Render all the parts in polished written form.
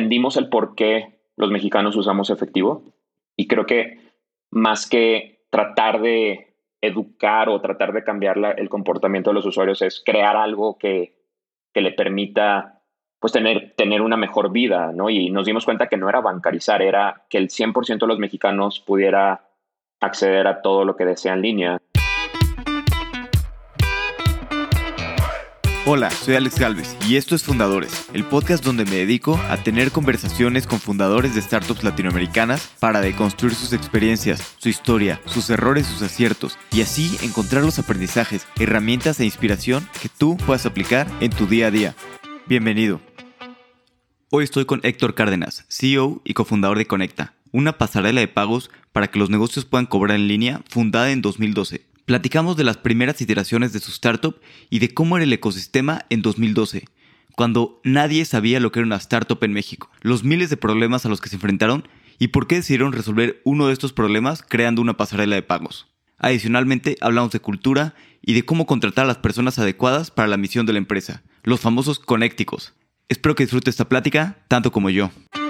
entendimos el por qué los mexicanos usamos efectivo y creo que más que tratar de educar o tratar de cambiar el comportamiento de los usuarios es crear algo que le permita pues tener una mejor vida, ¿no? Y nos dimos cuenta que no era bancarizar, era que el 100% de los mexicanos pudiera acceder a todo lo que desea en línea. Hola, soy Alex Galvez y esto es Fundadores, el podcast donde me dedico a tener conversaciones con fundadores de startups latinoamericanas para deconstruir sus experiencias, su historia, sus errores, sus aciertos y así encontrar los aprendizajes, herramientas e inspiración que tú puedas aplicar en tu día a día. Bienvenido. Hoy estoy con Héctor Cárdenas, CEO y cofundador de Conecta, una pasarela de pagos para que los negocios puedan cobrar en línea fundada en 2012. Platicamos de las primeras iteraciones de su startup y de cómo era el ecosistema en 2012, cuando nadie sabía lo que era una startup en México, los miles de problemas a los que se enfrentaron y por qué decidieron resolver uno de estos problemas creando una pasarela de pagos. Adicionalmente, hablamos de cultura y de cómo contratar a las personas adecuadas para la misión de la empresa, los famosos conécticos. Espero que disfrute esta plática tanto como yo.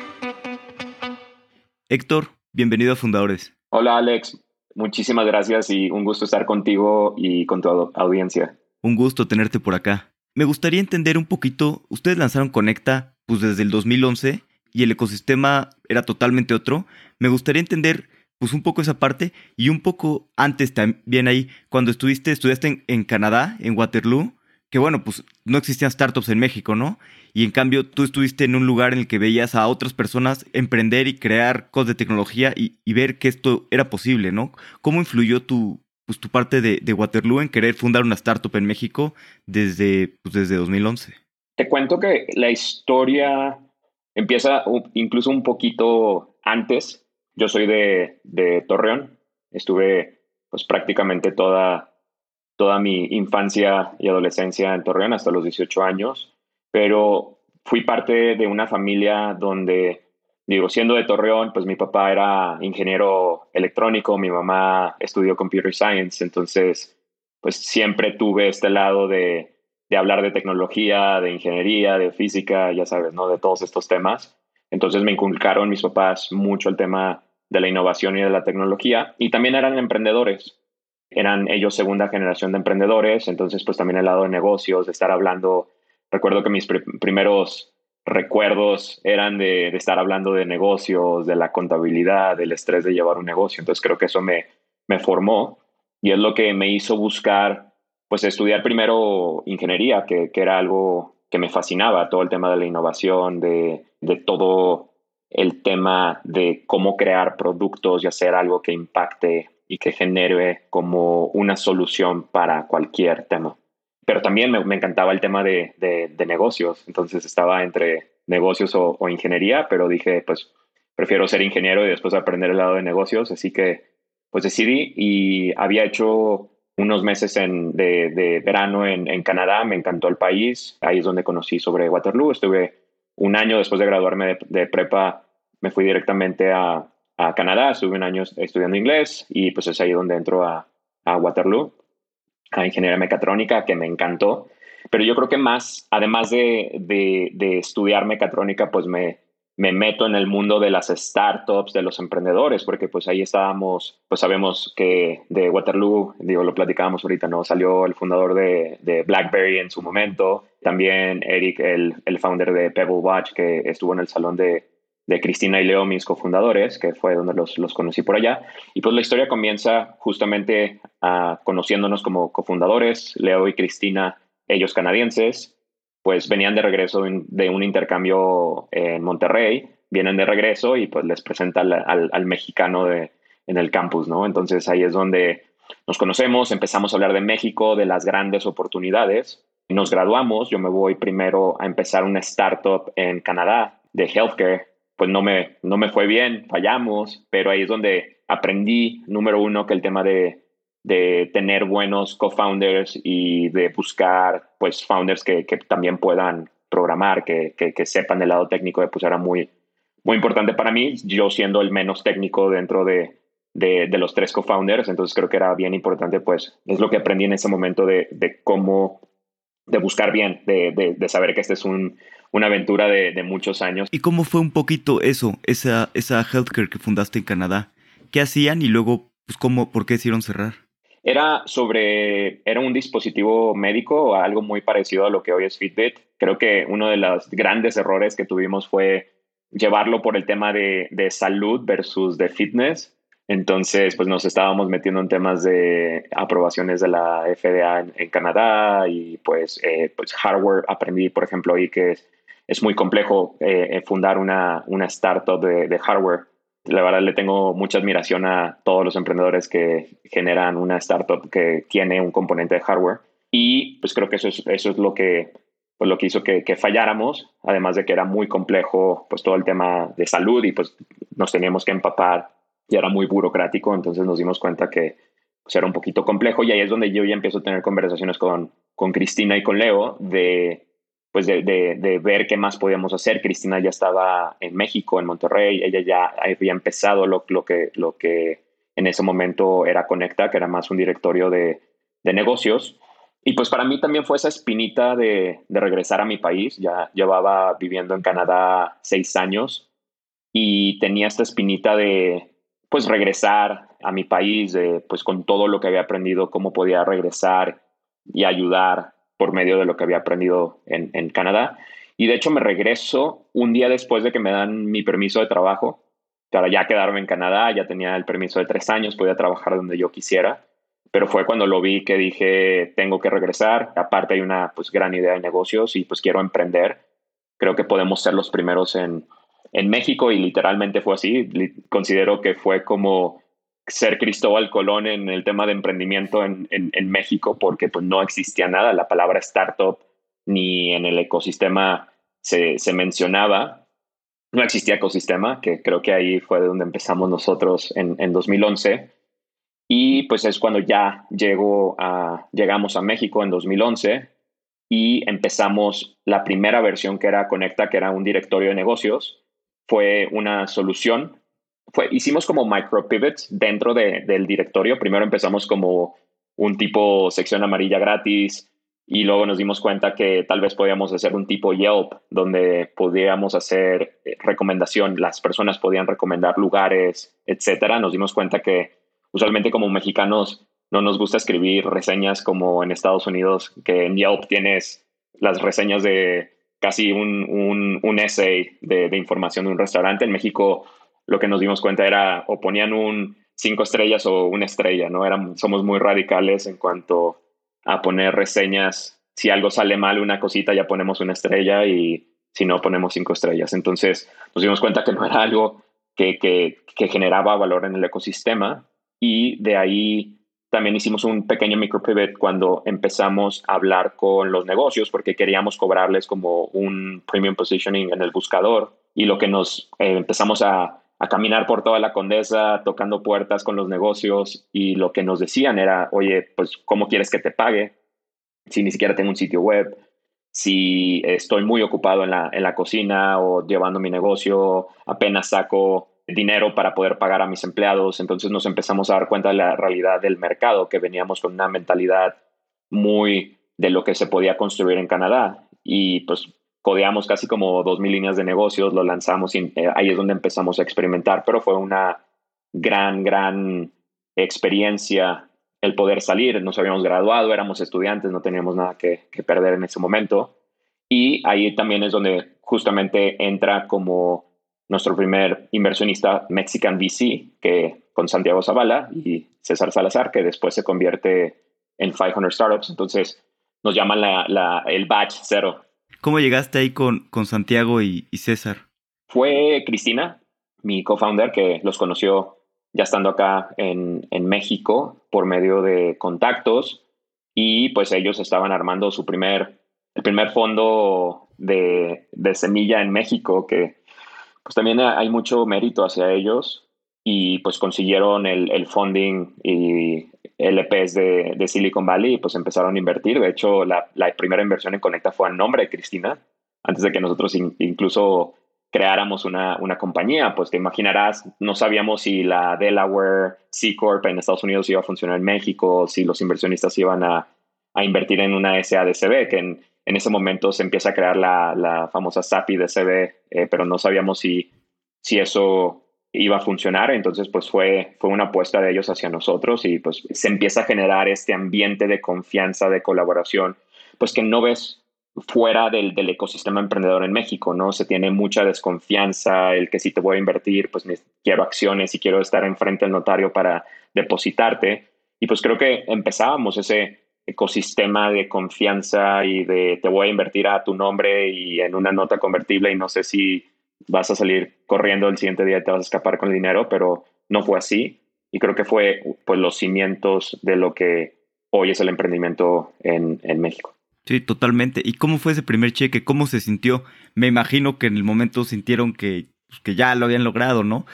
Héctor, bienvenido a Fundadores. Hola Alex, muchísimas gracias y un gusto estar contigo y con tu audiencia. Un gusto tenerte por acá. Me gustaría entender un poquito, ustedes lanzaron Conecta pues desde el 2011 y el ecosistema era totalmente otro. Me gustaría entender pues un poco esa parte y un poco antes también ahí, cuando estudiaste en Canadá, en Waterloo, que bueno, pues no existían startups en México, ¿no? Y en cambio tú estuviste en un lugar en el que veías a otras personas emprender y crear cosas de tecnología y ver que esto era posible, ¿no? ¿Cómo influyó tu parte de Waterloo en querer fundar una startup en México desde 2011? Te cuento que la historia empieza incluso un poquito antes. Yo soy de Torreón. Estuve pues prácticamente toda mi infancia y adolescencia en Torreón hasta los 18 años, pero fui parte de una familia donde, siendo de Torreón, pues mi papá era ingeniero electrónico, mi mamá estudió computer science, entonces pues siempre tuve este lado de hablar de tecnología, de ingeniería, de física, ya sabes, ¿no? De todos estos temas. Entonces me inculcaron mis papás mucho el tema de la innovación y de la tecnología, y también eran emprendedores. Eran ellos segunda generación de emprendedores, entonces pues también el lado de negocios, de estar hablando. Recuerdo que mis primeros recuerdos eran de estar hablando de negocios, de la contabilidad, del estrés de llevar un negocio. Entonces creo que eso me formó y es lo que me hizo buscar, pues estudiar primero ingeniería, que era algo que me fascinaba, todo el tema de la innovación, de todo el tema de cómo crear productos y hacer algo que impacte y que genere como una solución para cualquier tema. Pero también me encantaba el tema de negocios, entonces estaba entre negocios o ingeniería, pero dije, pues prefiero ser ingeniero y después aprender el lado de negocios, así que pues decidí y había hecho unos meses de verano en Canadá, me encantó el país, ahí es donde conocí sobre Waterloo, estuve un año después de graduarme de prepa, me fui directamente a Canadá, estuve un año estudiando inglés y pues es ahí donde entro a Waterloo, a ingeniería mecatrónica, que me encantó. Pero yo creo que más, además de estudiar mecatrónica, pues me meto en el mundo de las startups, de los emprendedores, porque pues ahí estábamos, pues sabemos que de Waterloo, lo platicábamos ahorita, ¿no? Salió el fundador de BlackBerry en su momento, también Eric, el founder de Pebble Watch, que estuvo en el salón de Cristina y Leo, mis cofundadores, que fue donde los conocí por allá. Y pues la historia comienza justamente conociéndonos como cofundadores, Leo y Cristina, ellos canadienses, pues venían de regreso de un intercambio en Monterrey, vienen de regreso y pues les presenta al mexicano en el campus, ¿no? Entonces ahí es donde nos conocemos, empezamos a hablar de México, de las grandes oportunidades. Nos graduamos, yo me voy primero a empezar una startup en Canadá de healthcare. Pues no me fue bien, fallamos, pero ahí es donde aprendí, número uno, que el tema de tener buenos co-founders y de buscar pues founders que también puedan programar, que sepan del lado técnico, pues era muy, muy importante para mí, yo siendo el menos técnico dentro de los tres co-founders, entonces creo que era bien importante, pues es lo que aprendí en ese momento de cómo, de buscar bien, de saber que este es un una aventura de muchos años. ¿Y cómo fue un poquito esa healthcare que fundaste en Canadá? ¿Qué hacían y luego, pues, por qué decidieron cerrar? Era un dispositivo médico, algo muy parecido a lo que hoy es Fitbit. Creo que uno de los grandes errores que tuvimos fue llevarlo por el tema de salud versus de fitness. Entonces, pues nos estábamos metiendo en temas de aprobaciones de la FDA en Canadá y pues hardware. Aprendí, por ejemplo, ahí que es muy complejo fundar una startup de hardware. La verdad le tengo mucha admiración a todos los emprendedores que generan una startup que tiene un componente de hardware. Y pues creo que eso es lo que hizo que falláramos, además de que era muy complejo pues todo el tema de salud y pues nos teníamos que empapar y era muy burocrático, entonces nos dimos cuenta que pues, era un poquito complejo y ahí es donde yo ya empiezo a tener conversaciones con Cristina y con Leo de ver qué más podíamos hacer. Cristina ya estaba en México, en Monterrey, ella ya había empezado lo que en ese momento era Conecta, que era más un directorio de negocios. Y pues para mí también fue esa espinita de regresar a mi país. Ya llevaba viviendo en Canadá 6 años y tenía esta espinita de pues regresar a mi país, pues con todo lo que había aprendido, cómo podía regresar y ayudar por medio de lo que había aprendido en Canadá. Y de hecho me regreso un día después de que me dan mi permiso de trabajo para ya quedarme en Canadá. Ya tenía el permiso de 3 años, podía trabajar donde yo quisiera, pero fue cuando lo vi que dije, tengo que regresar. Aparte hay una pues gran idea de negocios y pues quiero emprender. Creo que podemos ser los primeros en México y literalmente fue así. Considero que fue como ser Cristóbal Colón en el tema de emprendimiento en México, porque pues no existía nada, la palabra startup ni en el ecosistema se mencionaba, no existía ecosistema, que creo que ahí fue donde empezamos nosotros en 2011. Y pues es cuando ya llegamos a México en 2011 y empezamos la primera versión que era Conecta, que era un directorio de negocios. Fue una solución. Hicimos como micro pivots dentro del directorio. Primero empezamos como un tipo sección amarilla gratis y luego nos dimos cuenta que tal vez podíamos hacer un tipo Yelp donde podíamos hacer recomendación. Las personas podían recomendar lugares, etcétera. Nos dimos cuenta que usualmente como mexicanos no nos gusta escribir reseñas como en Estados Unidos, que en Yelp tienes las reseñas de casi un essay de información de un restaurante. En México lo que nos dimos cuenta era o ponían un 5 estrellas o una estrella, ¿no? Somos muy radicales en cuanto a poner reseñas. Si algo sale mal, una cosita, ya ponemos una estrella y si no, ponemos 5 estrellas. Entonces nos dimos cuenta que no era algo que generaba valor en el ecosistema y de ahí también hicimos un pequeño micropivot cuando empezamos a hablar con los negocios porque queríamos cobrarles como un premium positioning en el buscador y lo que nos empezamos a caminar por toda la Condesa tocando puertas con los negocios y lo que nos decían era, oye, pues ¿cómo quieres que te pague si ni siquiera tengo un sitio web? Si estoy muy ocupado en la cocina o llevando mi negocio, apenas saco dinero para poder pagar a mis empleados. Entonces nos empezamos a dar cuenta de la realidad del mercado, que veníamos con una mentalidad muy de lo que se podía construir en Canadá. Y pues codeamos casi como 2,000 líneas de negocios, lo lanzamos y ahí es donde empezamos a experimentar, pero fue una gran experiencia el poder salir. Nos habíamos graduado, éramos estudiantes, no teníamos nada que perder en ese momento. Y ahí también es donde justamente entra como nuestro primer inversionista Mexican VC, que con Santiago Zavala y César Salazar, que después se convierte en 500 Startups. Entonces nos llaman el batch cero. ¿Cómo llegaste ahí con Santiago y César? Fue Cristina, mi co-founder, que los conoció ya estando acá en México por medio de contactos y pues ellos estaban armando el primer fondo de semilla en México, que pues también hay mucho mérito hacia ellos y pues consiguieron el funding y LPs de Silicon Valley y pues empezaron a invertir. De hecho, la primera inversión en Conecta fue a nombre de Cristina, antes de que nosotros incluso creáramos una compañía. Pues te imaginarás, no sabíamos si la Delaware C Corp en Estados Unidos iba a funcionar en México, si los inversionistas iban a invertir en una SADCB, que En ese momento se empieza a crear la famosa SAPI de CB, pero no sabíamos si eso iba a funcionar. Entonces, pues fue una apuesta de ellos hacia nosotros y pues se empieza a generar este ambiente de confianza, de colaboración, pues que no ves fuera del ecosistema emprendedor en México, ¿no? Se tiene mucha desconfianza, el que si te voy a invertir, pues quiero acciones y quiero estar enfrente del notario para depositarte. Y pues creo que empezábamos ese ecosistema de confianza y de te voy a invertir a tu nombre y en una nota convertible y no sé si vas a salir corriendo el siguiente día y te vas a escapar con el dinero, pero no fue así. Y creo que fue pues los cimientos de lo que hoy es el emprendimiento en México. Sí, totalmente. ¿Y cómo fue ese primer cheque? ¿Cómo se sintió? Me imagino que en el momento sintieron que ya lo habían logrado, ¿no?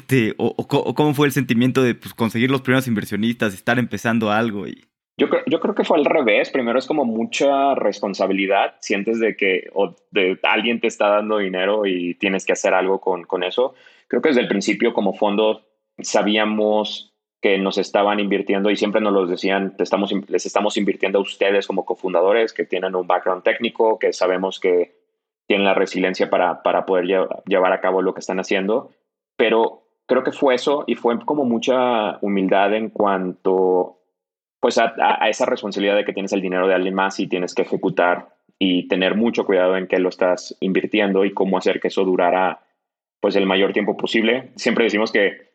O cómo fue el sentimiento de pues, conseguir los primeros inversionistas, estar empezando algo y... Yo creo que fue al revés. Primero es como mucha responsabilidad. Sientes de que de alguien te está dando dinero y tienes que hacer algo con eso. Creo que desde el principio como fondo sabíamos que nos estaban invirtiendo y siempre nos lo decían, les estamos invirtiendo a ustedes como cofundadores que tienen un background técnico, que sabemos que tienen la resiliencia para poder llevar a cabo lo que están haciendo. Pero creo que fue eso y fue como mucha humildad en cuanto pues a esa responsabilidad de que tienes el dinero de alguien más y tienes que ejecutar y tener mucho cuidado en qué lo estás invirtiendo y cómo hacer que eso durara pues el mayor tiempo posible. Siempre decimos que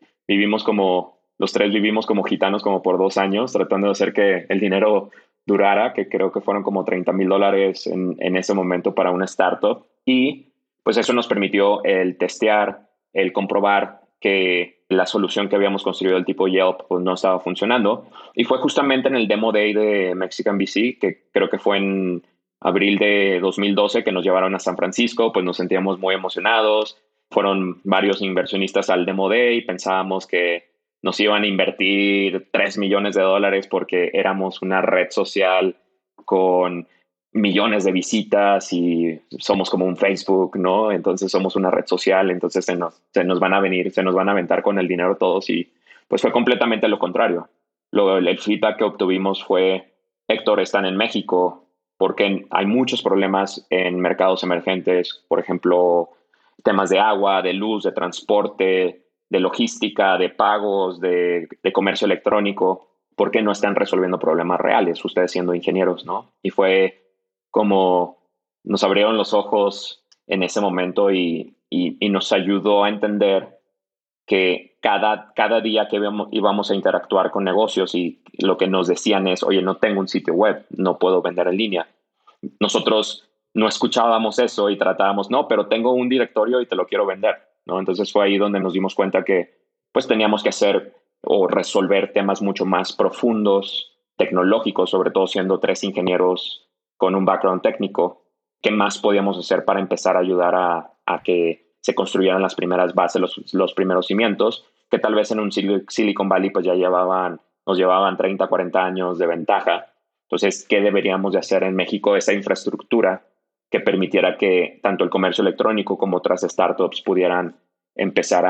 los tres vivimos como gitanos como por 2 años tratando de hacer que el dinero durara, que creo que fueron como $30,000 en ese momento para una startup. Y pues eso nos permitió el testear, el comprobar que la solución que habíamos construido del tipo Yelp pues, no estaba funcionando. Y fue justamente en el Demo Day de Mexican VC, que creo que fue en abril de 2012, que nos llevaron a San Francisco, pues nos sentíamos muy emocionados. Fueron varios inversionistas al Demo Day, pensábamos que nos iban a invertir $3 millones porque éramos una red social con millones de visitas y somos como un Facebook, ¿no? Entonces somos una red social, entonces se nos van a aventar con el dinero todos y pues fue completamente lo contrario. El feedback que obtuvimos fue, Héctor, están en México porque hay muchos problemas en mercados emergentes, por ejemplo, temas de agua, de luz, de transporte, de logística, de pagos, de comercio electrónico. ¿Por qué no están resolviendo problemas reales ustedes siendo ingenieros, no? Y fue como nos abrieron los ojos en ese momento y nos ayudó a entender que cada día que íbamos a interactuar con negocios y lo que nos decían es, oye, no tengo un sitio web, no puedo vender en línea. Nosotros no escuchábamos eso y tratábamos, no, pero tengo un directorio y te lo quiero vender, ¿no? Entonces fue ahí donde nos dimos cuenta que pues teníamos que hacer o resolver temas mucho más profundos, tecnológicos, sobre todo siendo tres ingenieros con un background técnico. ¿Qué más podíamos hacer para empezar a ayudar a que se construyeran las primeras bases, los primeros cimientos, que tal vez en un Silicon Valley pues ya nos llevaban 30, 40 años de ventaja? Entonces, ¿qué deberíamos de hacer en México? Esa infraestructura que permitiera que tanto el comercio electrónico como otras startups pudieran empezar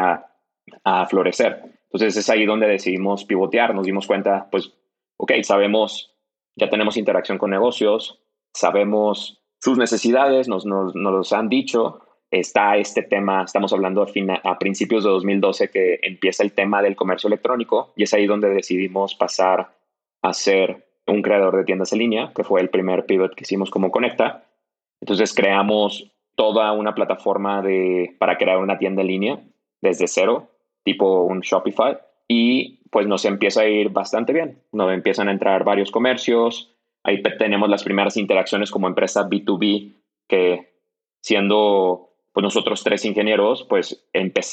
a florecer. Entonces, es ahí donde decidimos pivotear. Nos dimos cuenta, pues, ok, ya tenemos interacción con negocios, sabemos sus necesidades, nos los han dicho. Está este tema, estamos hablando a principios de 2012 que empieza el tema del comercio electrónico y es ahí donde decidimos pasar a ser un creador de tiendas en línea, que fue el primer pivot que hicimos como Conecta. Entonces creamos toda una plataforma para crear una tienda en línea desde cero, tipo un Shopify, y pues nos empieza a ir bastante bien. Nos empiezan a entrar varios comercios, ahí tenemos las primeras interacciones como empresa B2B, que siendo pues nosotros tres ingenieros, pues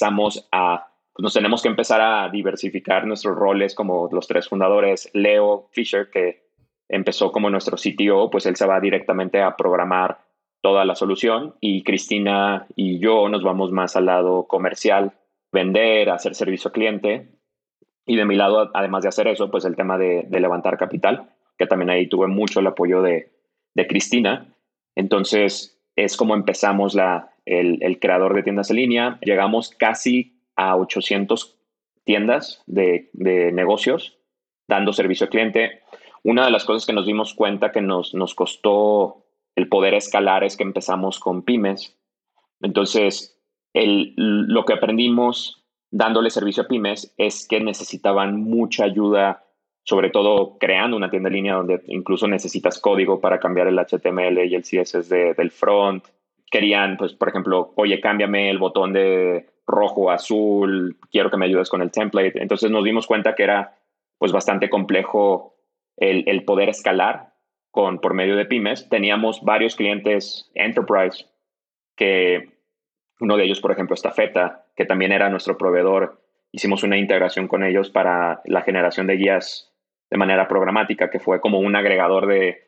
nos tenemos que empezar a diversificar nuestros roles como los tres fundadores. Leo Fisher, que empezó como nuestro CTO, pues él se va directamente a programar toda la solución y Cristina y yo nos vamos más al lado comercial, vender, hacer servicio al cliente. Y de mi lado, además de hacer eso, pues el tema de levantar capital, que también ahí tuve mucho el apoyo de Cristina. Entonces es como empezamos el creador de tiendas en línea. Llegamos casi a 800 tiendas de negocios dando servicio al cliente. Una de las cosas que nos dimos cuenta que nos costó el poder escalar es que empezamos con pymes. Entonces, lo que aprendimos dándole servicio a pymes es que necesitaban mucha ayuda, sobre todo creando una tienda en línea donde incluso necesitas código para cambiar el HTML y el CSS del front. Querían, pues, por ejemplo, oye, cámbiame el botón de rojo a azul, quiero que me ayudes con el template. Entonces nos dimos cuenta que era pues bastante complejo el poder escalar por medio de pymes. Teníamos varios clientes enterprise que uno de ellos, por ejemplo, Estafeta, que también era nuestro proveedor. Hicimos una integración con ellos para la generación de guías de manera programática, que fue como un agregador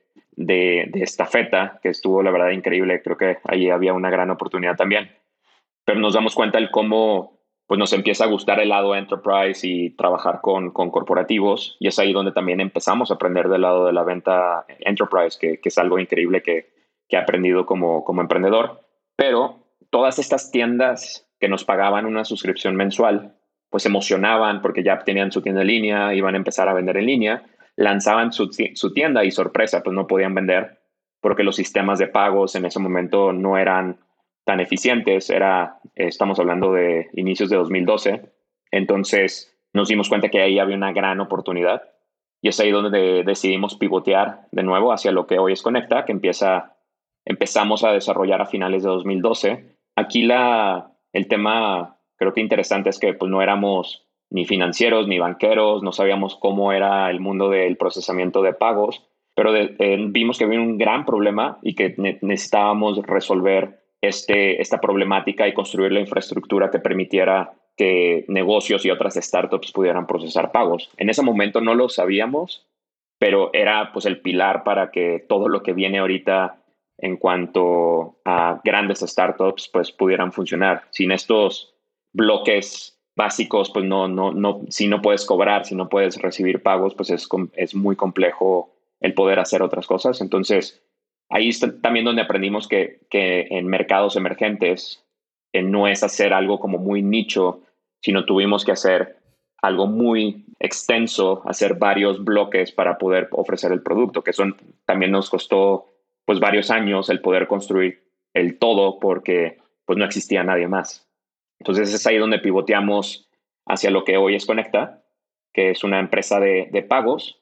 de Estafeta, que estuvo, la verdad, increíble. Creo que ahí había una gran oportunidad también. Pero nos damos cuenta de cómo pues, nos empieza a gustar el lado enterprise y trabajar con corporativos. Y es ahí donde también empezamos a aprender del lado de la venta enterprise, que es algo increíble que he aprendido como emprendedor. Pero todas estas tiendas que nos pagaban una suscripción mensual, pues se emocionaban porque ya tenían su tienda en línea, iban a empezar a vender en línea, lanzaban su tienda y sorpresa, pues no podían vender porque los sistemas de pagos en ese momento no eran tan eficientes. Estamos hablando de inicios de 2012. Entonces nos dimos cuenta que ahí había una gran oportunidad y es ahí donde decidimos pivotear de nuevo hacia lo que hoy es Conecta, que empezamos a desarrollar a finales de 2012. Aquí el tema creo que interesante es que pues, no éramos ni financieros ni banqueros, no sabíamos cómo era el mundo del procesamiento de pagos, pero vimos que había un gran problema y que necesitábamos resolver esta problemática y construir la infraestructura que permitiera que negocios y otras startups pudieran procesar pagos. En ese momento no lo sabíamos, pero era pues el pilar para que todo lo que viene ahorita en cuanto a grandes startups pues pudieran funcionar. Sin estos bloques básicos, pues si no puedes cobrar, si no puedes recibir pagos, pues es muy complejo el poder hacer otras cosas. Entonces, ahí está también donde aprendimos que en mercados emergentes no es hacer algo como muy nicho, sino tuvimos que hacer algo muy extenso, hacer varios bloques para poder ofrecer el producto, que eso también nos costó pues varios años el poder construir el todo porque pues no existía nadie más. Entonces es ahí donde pivoteamos hacia lo que hoy es Conecta, que es una empresa de pagos,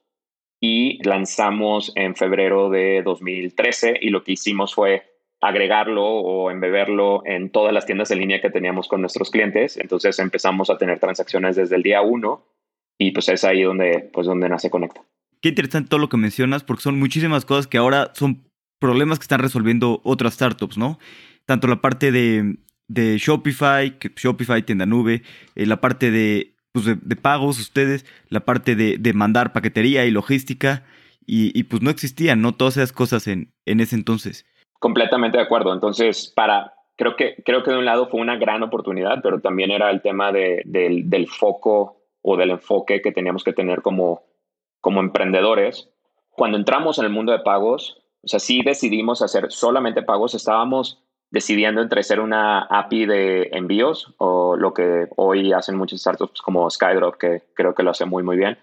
y lanzamos en febrero de 2013 y lo que hicimos fue agregarlo o embeberlo en todas las tiendas en línea que teníamos con nuestros clientes. Entonces empezamos a tener transacciones desde el día uno y pues es ahí donde nace Conecta. Qué interesante todo lo que mencionas porque son muchísimas cosas que ahora son problemas que están resolviendo otras startups, ¿no? Tanto la parte de Shopify, tienda nube, la parte de pagos ustedes, la parte de mandar paquetería y logística, y pues no existían, ¿no? Todas esas cosas en ese entonces. Completamente de acuerdo. Entonces, creo que de un lado fue una gran oportunidad, pero también era el tema del foco o del enfoque que teníamos que tener como emprendedores. Cuando entramos en el mundo de pagos, o sea, sí decidimos hacer solamente pagos. Estábamos decidiendo entre ser una API de envíos o lo que hoy hacen muchas startups como Skydrop, que creo que lo hace muy, muy bien,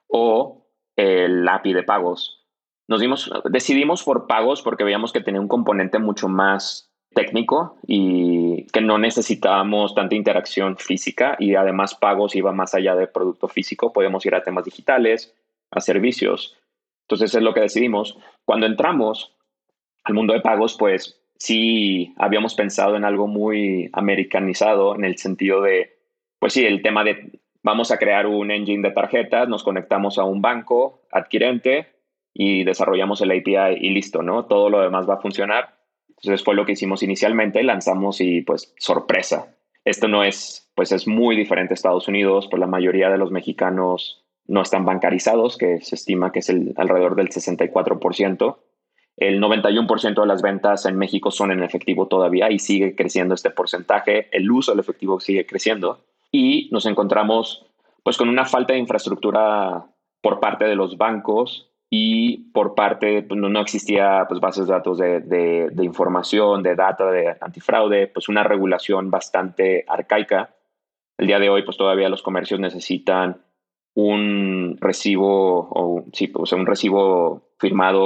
o el API de pagos. Decidimos por pagos porque veíamos que tenía un componente mucho más técnico y que no necesitábamos tanta interacción física, y además pagos iba más allá de producto físico, podíamos ir a temas digitales, a servicios. Entonces es lo que decidimos. Cuando entramos al mundo de pagos, pues sí habíamos pensado en algo muy americanizado en el sentido de, pues sí, el tema de vamos a crear un engine de tarjetas, nos conectamos a un banco adquirente y desarrollamos el API y listo, ¿no? Todo lo demás va a funcionar. Entonces fue lo que hicimos inicialmente, lanzamos y pues sorpresa. Esto no es, pues es muy diferente a Estados Unidos, pues la mayoría de los mexicanos no están bancarizados, que se estima que es alrededor del 64%. El 91% de las ventas en México son en efectivo todavía y sigue creciendo este porcentaje. El uso del efectivo sigue creciendo y nos encontramos pues con una falta de infraestructura por parte de los bancos y por parte, pues, no existía pues bases de datos de información, de data, de antifraude, pues una regulación bastante arcaica. El día de hoy pues todavía los comercios necesitan un recibo un recibo firmado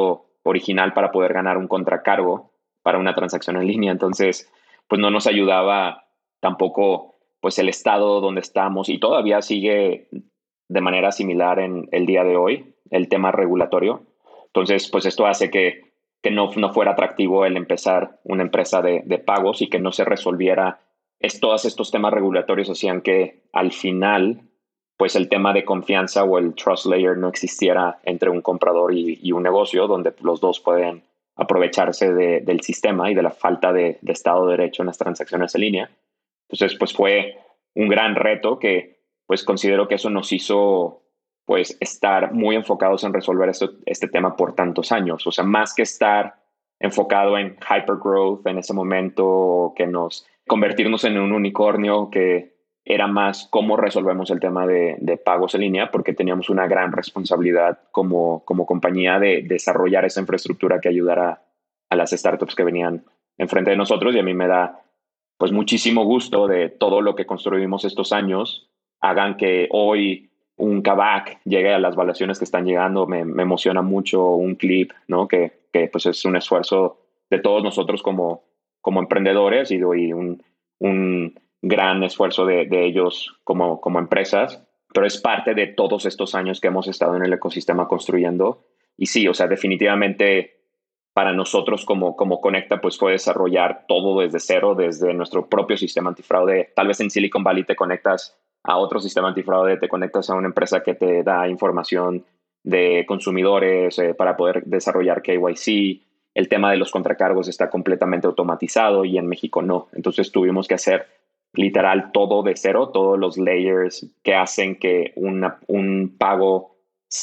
original para poder ganar un contracargo para una transacción en línea. Entonces, pues no nos ayudaba tampoco pues el estado donde estamos, y todavía sigue de manera similar en el día de hoy, el tema regulatorio. Entonces, pues esto hace que no fuera atractivo el empezar una empresa de pagos y que no se resolviera. Todos estos temas regulatorios hacían que al final, pues el tema de confianza o el trust layer no existiera entre un comprador y un negocio, donde los dos pueden aprovecharse del sistema y de la falta de Estado de Derecho en las transacciones en línea. Entonces, pues fue un gran reto que pues considero que eso nos hizo pues estar muy enfocados en resolver este tema por tantos años. O sea, más que estar enfocado en hypergrowth en ese momento, que nos convertirnos en un unicornio, que era más cómo resolvemos el tema de pagos en línea, porque teníamos una gran responsabilidad como compañía de desarrollar esa infraestructura que ayudara a las startups que venían enfrente de nosotros. Y a mí me da pues muchísimo gusto de todo lo que construimos estos años hagan que hoy un Kavak llegue a las valuaciones que están llegando. Me emociona mucho un Clip, ¿no? Que pues es un esfuerzo de todos nosotros como emprendedores y un gran esfuerzo de ellos como empresas, pero es parte de todos estos años que hemos estado en el ecosistema construyendo. Y sí, o sea, definitivamente para nosotros como Conecta, pues fue desarrollar todo desde cero, desde nuestro propio sistema antifraude. Tal vez en Silicon Valley te conectas a otro sistema antifraude, te conectas a una empresa que te da información de consumidores para poder desarrollar KYC. El tema de los contracargos está completamente automatizado y en México no. Entonces tuvimos que hacer literal todo de cero, todos los layers que hacen que un pago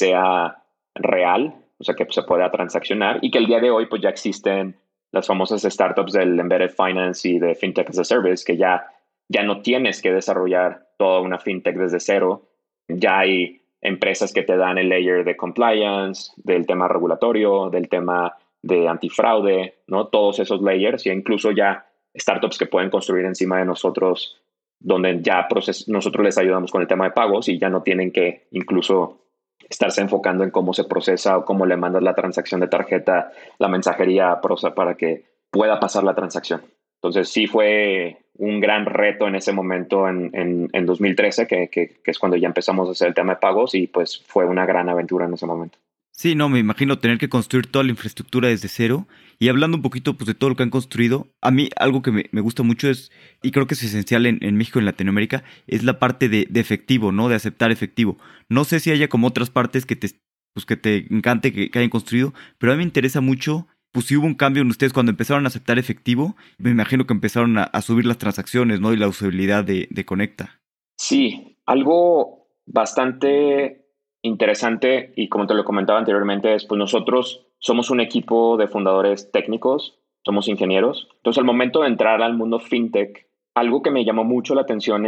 sea real, o sea, que se pueda transaccionar, y que el día de hoy pues ya existen las famosas startups del Embedded Finance y de FinTech as a Service, que ya no tienes que desarrollar toda una FinTech desde cero. Ya hay empresas que te dan el layer de compliance, del tema regulatorio, del tema de antifraude, ¿no? Todos esos layers, y incluso ya startups que pueden construir encima de nosotros, donde ya nosotros les ayudamos con el tema de pagos y ya no tienen que incluso estarse enfocando en cómo se procesa o cómo le mandas la transacción de tarjeta, la mensajería prosa para que pueda pasar la transacción. Entonces sí fue un gran reto en ese momento en 2013, que es cuando ya empezamos a hacer el tema de pagos, y pues fue una gran aventura en ese momento. Sí, no, me imagino tener que construir toda la infraestructura desde cero. Y hablando un poquito pues, de todo lo que han construido, a mí algo que me gusta mucho es, y creo que es esencial en México y en Latinoamérica, es la parte de efectivo, ¿no? De aceptar efectivo. No sé si haya como otras partes que te encante que hayan construido, pero a mí me interesa mucho, pues si hubo un cambio en ustedes cuando empezaron a aceptar efectivo, me imagino que empezaron a subir las transacciones, ¿no? Y la usabilidad de Conecta. Sí, algo bastante interesante, y como te lo comentaba anteriormente, es pues nosotros somos un equipo de fundadores técnicos, somos ingenieros. Entonces, al momento de entrar al mundo fintech, algo que me llamó mucho la atención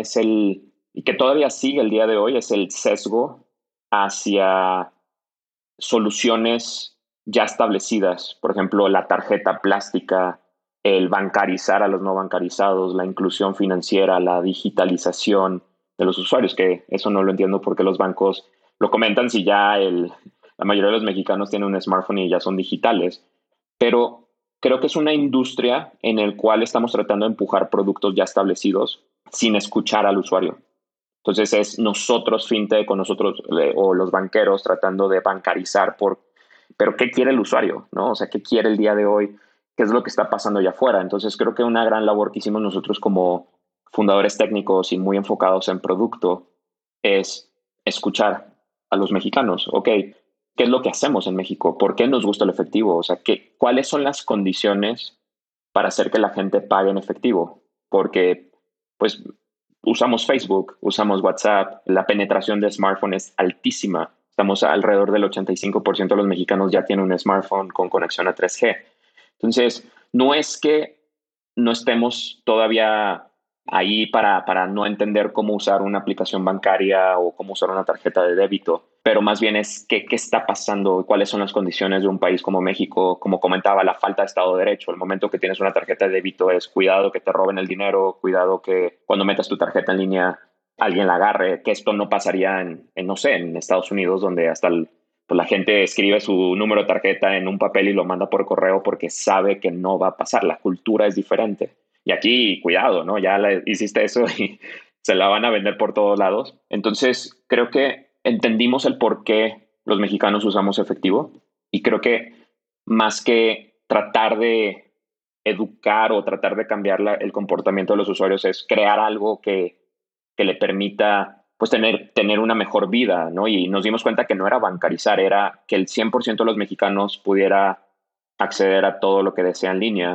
y que todavía sigue el día de hoy, es el sesgo hacia soluciones ya establecidas. Por ejemplo, la tarjeta plástica, el bancarizar a los no bancarizados, la inclusión financiera, la digitalización de los usuarios, que eso no lo entiendo porque los bancos lo comentan si ya la mayoría de los mexicanos tienen un smartphone y ya son digitales. Pero creo que es una industria en la cual estamos tratando de empujar productos ya establecidos sin escuchar al usuario. Entonces es nosotros fintech o nosotros o los banqueros tratando de bancarizar pero ¿qué quiere el usuario? ¿No? O sea, ¿qué quiere el día de hoy? ¿Qué es lo que está pasando allá afuera? Entonces creo que una gran labor que hicimos nosotros como fundadores técnicos y muy enfocados en producto es escuchar a los mexicanos. Ok, ¿qué es lo que hacemos en México? ¿Por qué nos gusta el efectivo? O sea, ¿cuáles son las condiciones para hacer que la gente pague en efectivo? Porque pues usamos Facebook, usamos WhatsApp, la penetración de smartphone es altísima. Estamos alrededor del 85% de los mexicanos ya tienen un smartphone con conexión a 3G. Entonces, no es que no estemos todavía ahí para no entender cómo usar una aplicación bancaria o cómo usar una tarjeta de débito, pero más bien es qué está pasando, cuáles son las condiciones de un país como México. Como comentaba, la falta de Estado de Derecho. El momento que tienes una tarjeta de débito es cuidado que te roben el dinero, cuidado que cuando metas tu tarjeta en línea alguien la agarre, que esto no pasaría no sé, en Estados Unidos, donde hasta pues la gente escribe su número de tarjeta en un papel y lo manda por correo porque sabe que no va a pasar. La cultura es diferente. Y aquí, cuidado, ¿no? Hiciste eso y se la van a vender por todos lados. Entonces, creo que entendimos el por qué los mexicanos usamos efectivo y creo que más que tratar de educar o tratar de cambiar el comportamiento de los usuarios es crear algo que le permita pues tener una mejor vida, ¿no? Y nos dimos cuenta que no era bancarizar, era que el 100% de los mexicanos pudiera acceder a todo lo que desea en línea,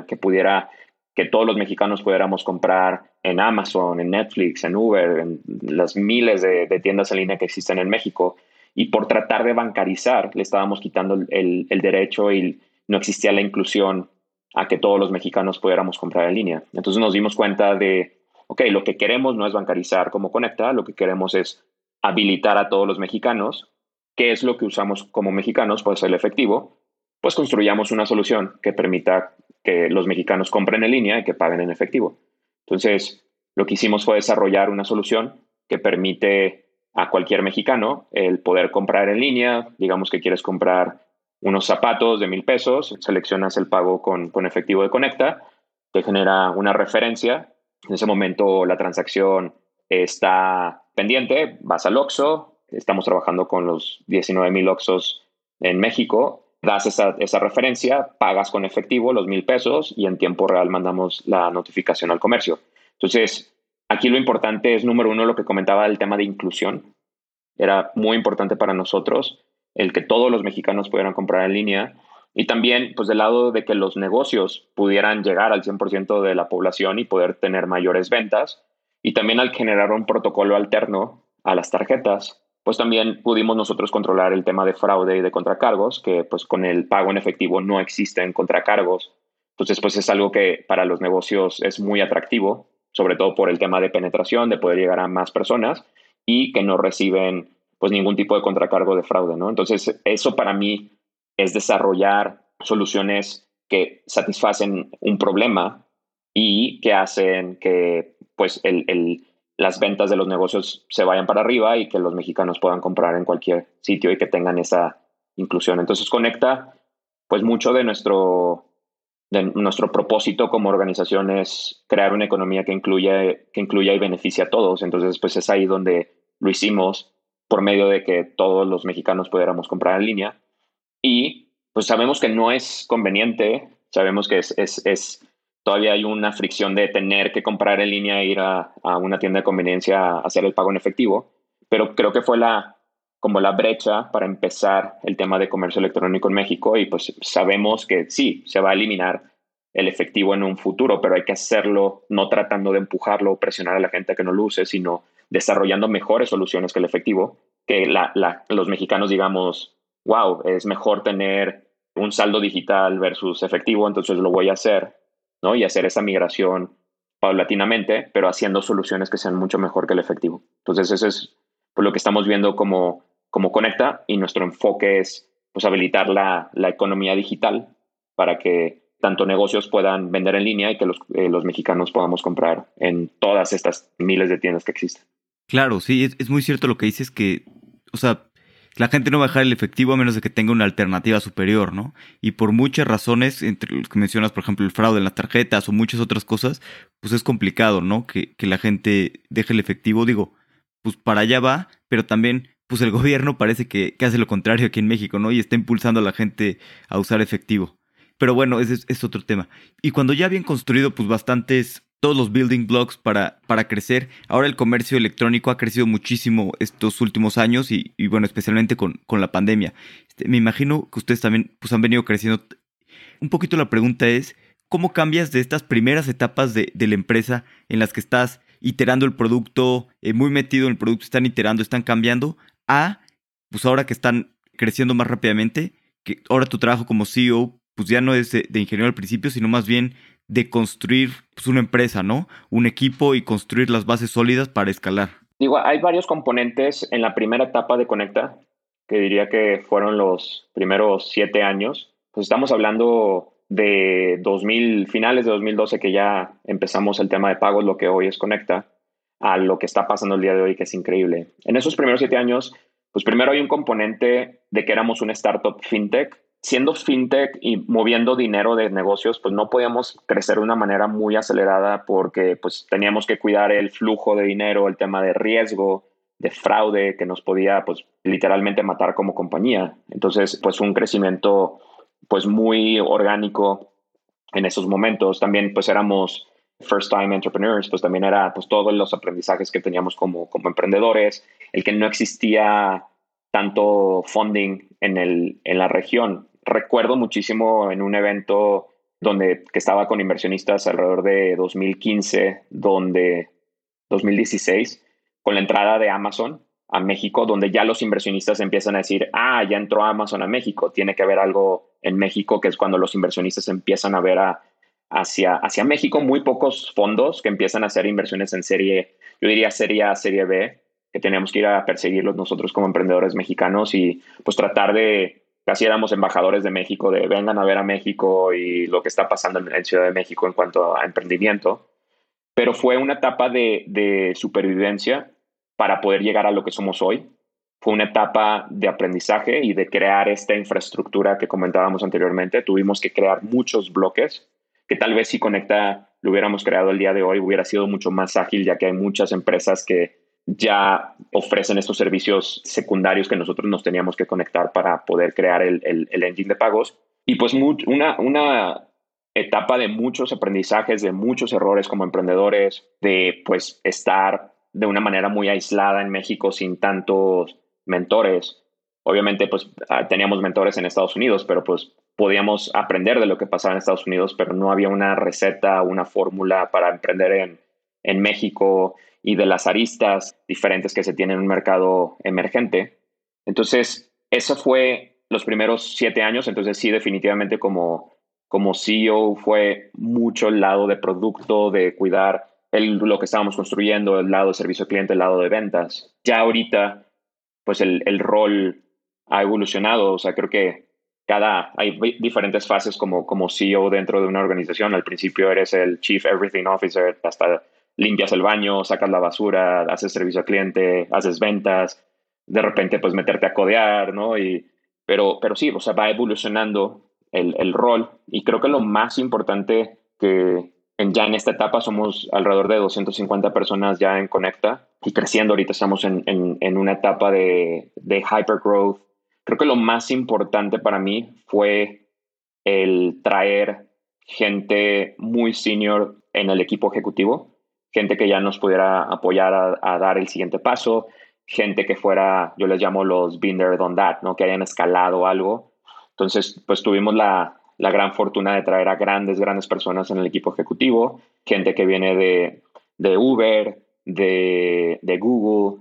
que todos los mexicanos pudiéramos comprar en Amazon, en Netflix, en Uber, en las miles de tiendas en línea que existen en México. Y por tratar de bancarizar, le estábamos quitando el derecho y no existía la inclusión a que todos los mexicanos pudiéramos comprar en línea. Entonces nos dimos cuenta de, ok, lo que queremos no es bancarizar como Conecta, lo que queremos es habilitar a todos los mexicanos. ¿Qué es lo que usamos como mexicanos? Pues el efectivo. Pues construyamos una solución que permita que los mexicanos compren en línea y que paguen en efectivo. Entonces, lo que hicimos fue desarrollar una solución que permite a cualquier mexicano el poder comprar en línea. Digamos que quieres comprar unos zapatos de 1,000 pesos, seleccionas el pago con efectivo de Conecta, te genera una referencia. En ese momento la transacción está pendiente, vas al Oxxo, estamos trabajando con los 19,000 Oxxos en México, das esa referencia, pagas con efectivo los 1,000 pesos y en tiempo real mandamos la notificación al comercio. Entonces, aquí lo importante es, número uno, lo que comentaba del tema de inclusión. Era muy importante para nosotros el que todos los mexicanos pudieran comprar en línea y también pues del lado de que los negocios pudieran llegar al 100% de la población y poder tener mayores ventas. Y también al generar un protocolo alterno a las tarjetas, pues también pudimos nosotros controlar el tema de fraude y de contracargos, que pues con el pago en efectivo no existen contracargos. Entonces pues es algo que para los negocios es muy atractivo, sobre todo por el tema de penetración, de poder llegar a más personas y que no reciben pues ningún tipo de contracargo de fraude, ¿no? Entonces, eso para mí es desarrollar soluciones que satisfacen un problema y que hacen que pues las ventas de los negocios se vayan para arriba y que los mexicanos puedan comprar en cualquier sitio y que tengan esa inclusión. Entonces, Conecta, pues mucho de nuestro propósito como organización es crear una economía que incluya y beneficie a todos. Entonces, pues es ahí donde lo hicimos por medio de que todos los mexicanos pudiéramos comprar en línea. Y pues sabemos que no es conveniente, sabemos que todavía hay una fricción de tener que comprar en línea e ir a una tienda de conveniencia a hacer el pago en efectivo, pero creo que fue como la brecha para empezar el tema de comercio electrónico en México y pues sabemos que sí, se va a eliminar el efectivo en un futuro, pero hay que hacerlo no tratando de empujarlo o presionar a la gente a que no lo use, sino desarrollando mejores soluciones que el efectivo, que los mexicanos digamos, wow, es mejor tener un saldo digital versus efectivo, entonces lo voy a hacer, ¿no? Y hacer esa migración paulatinamente, pero haciendo soluciones que sean mucho mejor que el efectivo. Entonces, eso es pues, lo que estamos viendo como Conecta y nuestro enfoque es pues, habilitar la economía digital para que tanto negocios puedan vender en línea y que los mexicanos podamos comprar en todas estas miles de tiendas que existen. Claro, sí, es muy cierto lo que dices que, o sea, la gente no va a dejar el efectivo a menos de que tenga una alternativa superior, ¿no? Y por muchas razones, entre los que mencionas, por ejemplo, el fraude en las tarjetas o muchas otras cosas, pues es complicado, ¿no? Que la gente deje el efectivo, digo, pues para allá va, pero también, pues el gobierno parece que hace lo contrario aquí en México, ¿no? Y está impulsando a la gente a usar efectivo. Pero bueno, ese es otro tema. Y cuando ya habían construido, pues todos los building blocks para crecer. Ahora el comercio electrónico ha crecido muchísimo estos últimos años y bueno, especialmente con la pandemia. Me imagino que ustedes también pues, han venido creciendo. Un poquito la pregunta es, ¿cómo cambias de estas primeras etapas de la empresa en las que estás iterando el producto, muy metido en el producto, están iterando, están cambiando, a pues ahora que están creciendo más rápidamente, que ahora tu trabajo como CEO pues ya no es de ingeniero al principio, sino más bien de construir pues, una empresa, ¿no? Un equipo y construir las bases sólidas para escalar. Digo, hay varios componentes en la primera etapa de Conecta, que diría que fueron los primeros 7 años. Pues estamos hablando de finales de 2012 que ya empezamos el tema de pagos, lo que hoy es Conecta, a lo que está pasando el día de hoy, que es increíble. En esos primeros 7 años pues primero hay un componente de que éramos una startup fintech. Siendo fintech y moviendo dinero de negocios, pues no podíamos crecer de una manera muy acelerada porque pues teníamos que cuidar el flujo de dinero, el tema de riesgo, de fraude que nos podía pues literalmente matar como compañía. Entonces, pues un crecimiento pues muy orgánico en esos momentos. También pues éramos first time entrepreneurs, pues también era pues todos los aprendizajes que teníamos como emprendedores, el que no existía tanto funding en la región. Recuerdo muchísimo en un evento que estaba con inversionistas alrededor de 2015, 2016, con la entrada de Amazon a México, donde ya los inversionistas empiezan a decir, ya entró Amazon a México, tiene que haber algo en México, que es cuando los inversionistas empiezan a ver hacia México. Muy pocos fondos que empiezan a hacer inversiones en yo diría serie A, serie B, que tenemos que ir a perseguirlos nosotros como emprendedores mexicanos y pues tratar de, casi éramos embajadores de México, de vengan a ver a México y lo que está pasando en Ciudad de México en cuanto a emprendimiento. Pero fue una etapa de supervivencia para poder llegar a lo que somos hoy. Fue una etapa de aprendizaje y de crear esta infraestructura que comentábamos anteriormente. Tuvimos que crear muchos bloques que tal vez si Conecta lo hubiéramos creado el día de hoy hubiera sido mucho más ágil, ya que hay muchas empresas que ya ofrecen estos servicios secundarios que nosotros nos teníamos que conectar para poder crear el engine de pagos. Y pues una etapa de muchos aprendizajes, de muchos errores como emprendedores, de pues estar de una manera muy aislada en México sin tantos mentores. Obviamente pues teníamos mentores en Estados Unidos, pero pues podíamos aprender de lo que pasaba en Estados Unidos, pero no había una receta, una fórmula para emprender en México y de las aristas diferentes que se tienen en un mercado emergente. Entonces, eso fue los primeros 7 años. Entonces, sí, definitivamente como CEO fue mucho el lado de producto, de cuidar lo que estábamos construyendo, el lado de servicio al cliente, el lado de ventas. Ya ahorita, pues el rol ha evolucionado. O sea, creo que hay diferentes fases como CEO dentro de una organización. Al principio eres el Chief Everything Officer, hasta limpias el baño, sacas la basura, haces servicio al cliente, haces ventas, de repente pues meterte a codear, ¿no? Pero sí, o sea, va evolucionando el rol y creo que lo más importante que ya en esta etapa somos alrededor de 250 personas ya en Conecta y creciendo. Ahorita estamos en una etapa de hypergrowth. Creo que lo más importante para mí fue el traer gente muy senior en el equipo ejecutivo, gente que ya nos pudiera apoyar a dar el siguiente paso, gente que fuera, yo les llamo los been there, done that, ¿no? Que hayan escalado algo. Entonces, pues tuvimos la gran fortuna de traer a grandes personas en el equipo ejecutivo, gente que viene de Uber, de Google,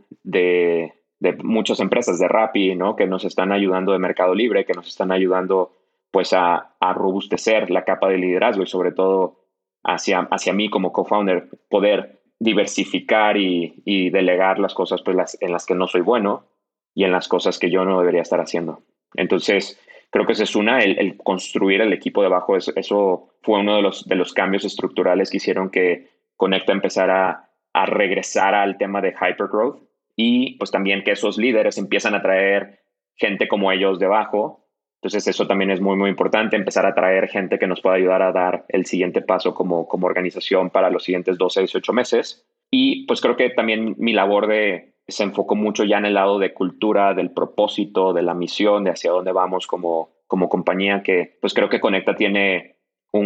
de muchas empresas, de Rappi, ¿no? Que nos están ayudando, de Mercado Libre, que nos están ayudando pues a robustecer la capa de liderazgo y sobre todo hacia mí como co-founder, poder diversificar y delegar las cosas pues, en las que no soy bueno y en las cosas que yo no debería estar haciendo. Entonces, creo que esa es el construir el equipo de abajo. Eso fue uno de los cambios estructurales que hicieron que Conecta empezara a regresar al tema de hypergrowth y pues también que esos líderes empiezan a traer gente como ellos debajo. Entonces eso también es muy importante, empezar a traer gente que nos pueda ayudar a dar el siguiente paso como organización para los siguientes 12, 18 meses. Y pues creo que también mi labor se enfocó mucho ya en el lado de cultura, del propósito, de la misión, de hacia dónde vamos como compañía, que pues creo que Conecta tiene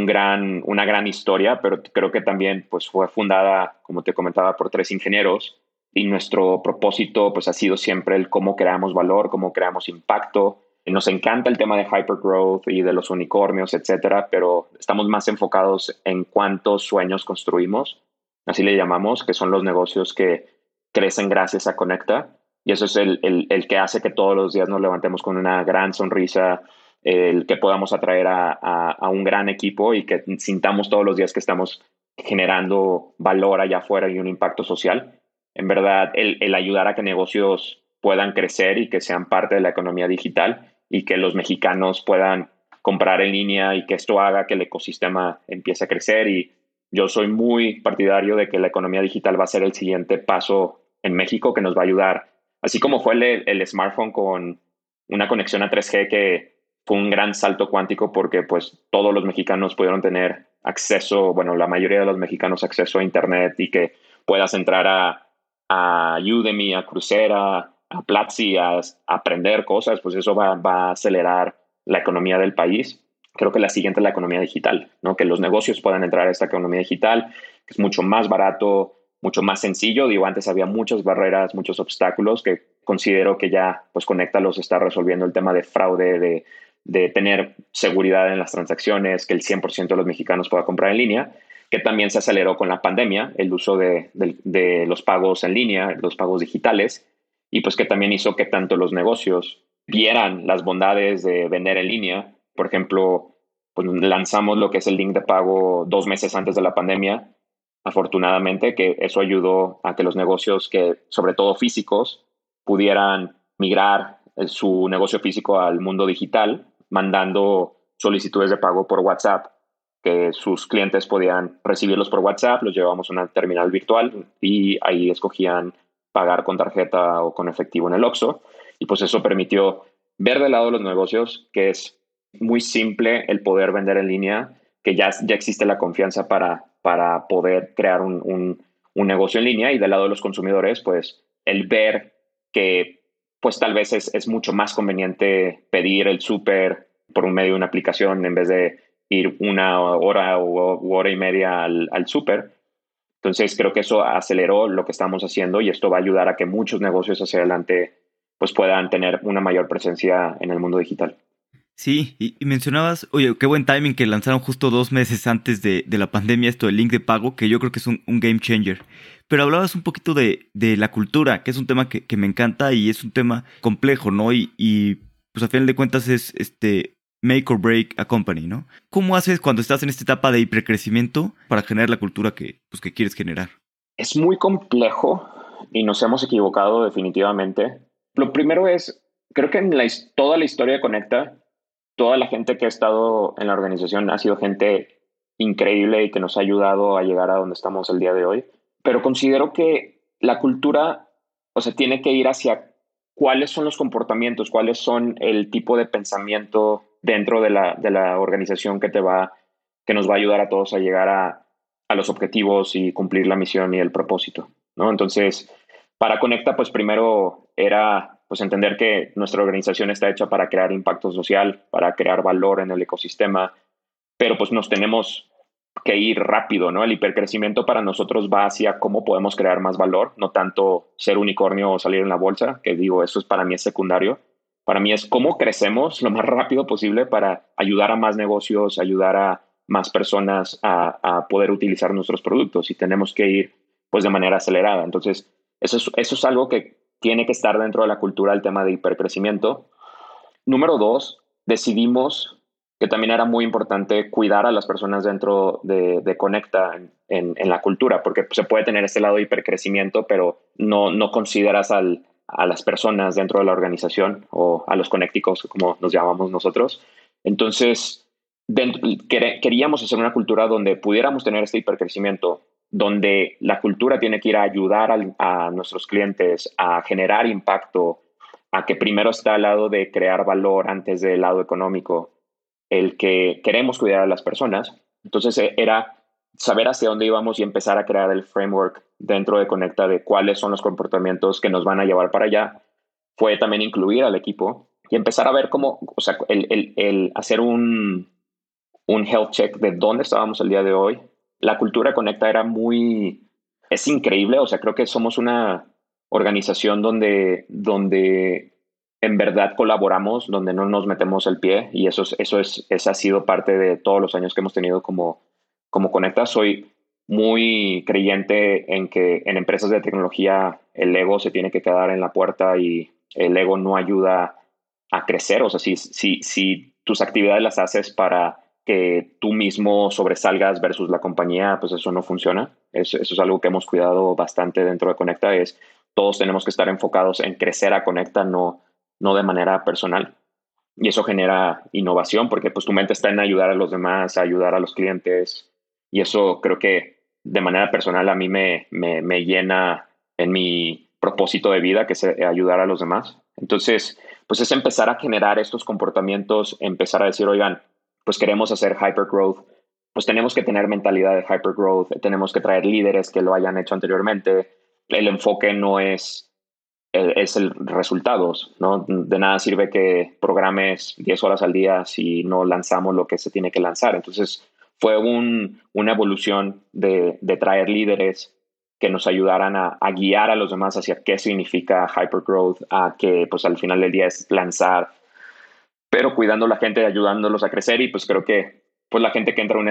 una gran historia, pero creo que también pues fue fundada, como te comentaba, por 3 ingenieros y nuestro propósito pues ha sido siempre el cómo creamos valor, cómo creamos impacto. Nos encanta el tema de hypergrowth y de los unicornios, etcétera, pero estamos más enfocados en cuántos sueños construimos, así le llamamos, que son los negocios que crecen gracias a Conecta. Y eso es el que hace que todos los días nos levantemos con una gran sonrisa, el que podamos atraer a un gran equipo y que sintamos todos los días que estamos generando valor allá afuera y un impacto social. En verdad, el ayudar a que negocios puedan crecer y que sean parte de la economía digital y que los mexicanos puedan comprar en línea y que esto haga que el ecosistema empiece a crecer. Y yo soy muy partidario de que la economía digital va a ser el siguiente paso en México, que nos va a ayudar así como fue el smartphone con una conexión a 3G que fue un gran salto cuántico porque pues todos los mexicanos pudieron tener acceso, bueno, la mayoría de los mexicanos acceso a Internet y que puedas entrar a Udemy, a Coursera, a Platzi, a aprender cosas, pues eso va a acelerar la economía del país. Creo que la siguiente es la economía digital, ¿no? Que los negocios puedan entrar a esta economía digital, que es mucho más barato, mucho más sencillo. Digo, antes había muchas barreras, muchos obstáculos que considero que ya, pues, Conecta los está resolviendo el tema de fraude, de tener seguridad en las transacciones, que el 100% de los mexicanos pueda comprar en línea, que también se aceleró con la pandemia, el uso de los pagos en línea, los pagos digitales, y pues que también hizo que tanto los negocios vieran las bondades de vender en línea. Por ejemplo, pues lanzamos lo que es el link de pago 2 meses antes de la pandemia, afortunadamente, que eso ayudó a que los negocios, que sobre todo físicos, pudieran migrar su negocio físico al mundo digital, mandando solicitudes de pago por WhatsApp, que sus clientes podían recibirlos por WhatsApp, los llevábamos a una terminal virtual y ahí escogían pagar con tarjeta o con efectivo en el OXXO. Y pues eso permitió ver del lado de los negocios que es muy simple el poder vender en línea, que ya existe la confianza para poder crear un negocio en línea, y del lado de los consumidores, pues el ver que pues tal vez es mucho más conveniente pedir el súper por un medio de una aplicación en vez de ir una hora u hora y media al súper. Entonces creo que eso aceleró lo que estamos haciendo y esto va a ayudar a que muchos negocios hacia adelante pues puedan tener una mayor presencia en el mundo digital. Sí, y mencionabas, oye, qué buen timing que lanzaron justo 2 meses antes de la pandemia esto del link de pago, que yo creo que es un game changer. Pero hablabas un poquito de la cultura, que es un tema que me encanta y es un tema complejo, ¿no? Y pues a final de cuentas es make or break a company, ¿no? ¿Cómo haces cuando estás en esta etapa de hipercrecimiento para generar la cultura que quieres generar? Es muy complejo y nos hemos equivocado definitivamente. Lo primero es, creo que en toda la historia de Conecta, toda la gente que ha estado en la organización ha sido gente increíble y que nos ha ayudado a llegar a donde estamos el día de hoy. Pero considero que la cultura, o sea, tiene que ir hacia cuáles son los comportamientos, cuáles son el tipo de pensamiento dentro de la organización que nos va a ayudar a todos a llegar a los objetivos y cumplir la misión y el propósito, ¿no? Entonces, para Conecta, pues primero era pues entender que nuestra organización está hecha para crear impacto social, para crear valor en el ecosistema, pero pues nos tenemos que ir rápido, ¿no? El hipercrecimiento para nosotros va hacia cómo podemos crear más valor, no tanto ser unicornio o salir en la bolsa, que digo, eso es para mí es secundario. Para mí es cómo crecemos lo más rápido posible para ayudar a más negocios, ayudar a más personas a poder utilizar nuestros productos, y tenemos que ir pues de manera acelerada. Entonces, eso es algo que tiene que estar dentro de la cultura, el tema de hipercrecimiento. Número dos, decidimos que también era muy importante cuidar a las personas dentro de Conecta en la cultura, porque se puede tener este lado de hipercrecimiento, pero no consideras a las personas dentro de la organización o a los conecticos, como nos llamamos nosotros. Entonces, queríamos hacer una cultura donde pudiéramos tener este hipercrecimiento, donde la cultura tiene que ir a ayudar a nuestros clientes a generar impacto, a que primero está al lado de crear valor antes del lado económico, el que queremos cuidar a las personas. Entonces era saber hacia dónde íbamos y empezar a crear el framework dentro de Conecta de cuáles son los comportamientos que nos van a llevar para allá. Fue también incluir al equipo y empezar a ver cómo, o sea, el hacer un health check de dónde estábamos el día de hoy. La cultura de Conecta es increíble, o sea, creo que somos una organización donde en verdad colaboramos, donde no nos metemos el pie, y esa ha sido parte de todos los años que hemos tenido como Conecta. Soy muy creyente en que en empresas de tecnología el ego se tiene que quedar en la puerta y el ego no ayuda a crecer. O sea, si tus actividades las haces para que tú mismo sobresalgas versus la compañía, pues eso no funciona. Eso es algo que hemos cuidado bastante dentro de Conecta, es todos tenemos que estar enfocados en crecer a Conecta, no de manera personal. Y eso genera innovación porque pues tu mente está en ayudar a los demás, a ayudar a los clientes. Y eso creo que de manera personal a mí me llena en mi propósito de vida, que es ayudar a los demás. Entonces, pues es empezar a generar estos comportamientos, empezar a decir, oigan, pues queremos hacer hypergrowth, pues tenemos que tener mentalidad de hypergrowth, tenemos que traer líderes que lo hayan hecho anteriormente. El enfoque no es el resultados, ¿no? De nada sirve que programes 10 horas al día si no lanzamos lo que se tiene que lanzar. Entonces, fue una evolución de traer líderes que nos ayudaran a guiar a los demás hacia qué significa hypergrowth, a que pues al final del día es lanzar, pero cuidando a la gente, ayudándolos a crecer. Y pues creo que pues la gente que entra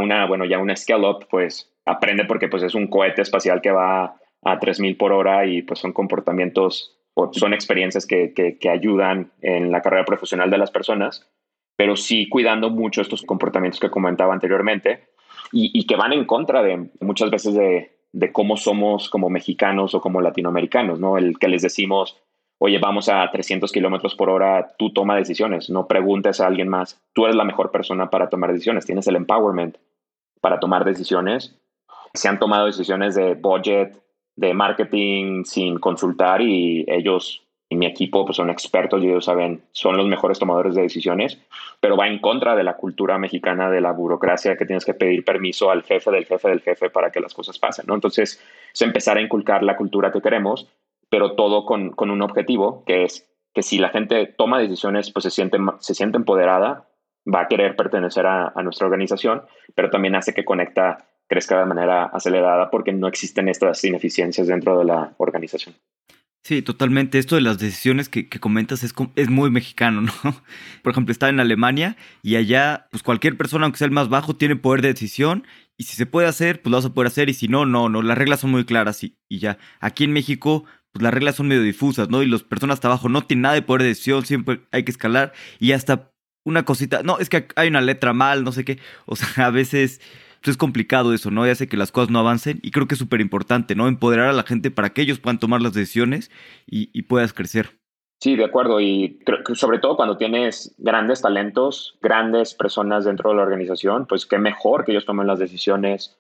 ya una scale up, pues aprende porque pues es un cohete espacial que va a 3000 por hora y pues son comportamientos o son experiencias que ayudan en la carrera profesional de las personas, pero sí cuidando mucho estos comportamientos que comentaba anteriormente y que van en contra de muchas veces de cómo somos como mexicanos o como latinoamericanos, ¿no? El que les decimos, oye, vamos a 300 kilómetros por hora, tú toma decisiones, no preguntes a alguien más. Tú eres la mejor persona para tomar decisiones, tienes el empowerment para tomar decisiones. Se han tomado decisiones de budget, de marketing sin consultar y ellos y mi equipo pues son expertos y ellos saben, son los mejores tomadores de decisiones, pero va en contra de la cultura mexicana, de la burocracia que tienes que pedir permiso al jefe del jefe del jefe para que las cosas pasen, ¿no? Entonces es empezar a inculcar la cultura que queremos, pero todo con un objetivo, que es que si la gente toma decisiones, pues se siente empoderada, va a querer pertenecer a nuestra organización, pero también hace que crezca de manera acelerada porque no existen estas ineficiencias dentro de la organización. Sí, totalmente. Esto de las decisiones que comentas es muy mexicano, ¿no? Por ejemplo, estaba en Alemania y allá, pues cualquier persona, aunque sea el más bajo, tiene poder de decisión y si se puede hacer, pues lo vas a poder hacer y si no, no. Las reglas son muy claras y ya. Aquí en México, pues las reglas son medio difusas, ¿no? Y las personas hasta abajo no tienen nada de poder de decisión, siempre hay que escalar y hasta una cosita, no, es que hay una letra mal, no sé qué. O sea, a veces pues es complicado eso, ¿no? Y hace que las cosas no avancen y creo que es súper importante, ¿no? Empoderar a la gente para que ellos puedan tomar las decisiones y puedas crecer. Sí, de acuerdo. Y creo que sobre todo cuando tienes grandes talentos, grandes personas dentro de la organización, pues qué mejor que ellos tomen las decisiones,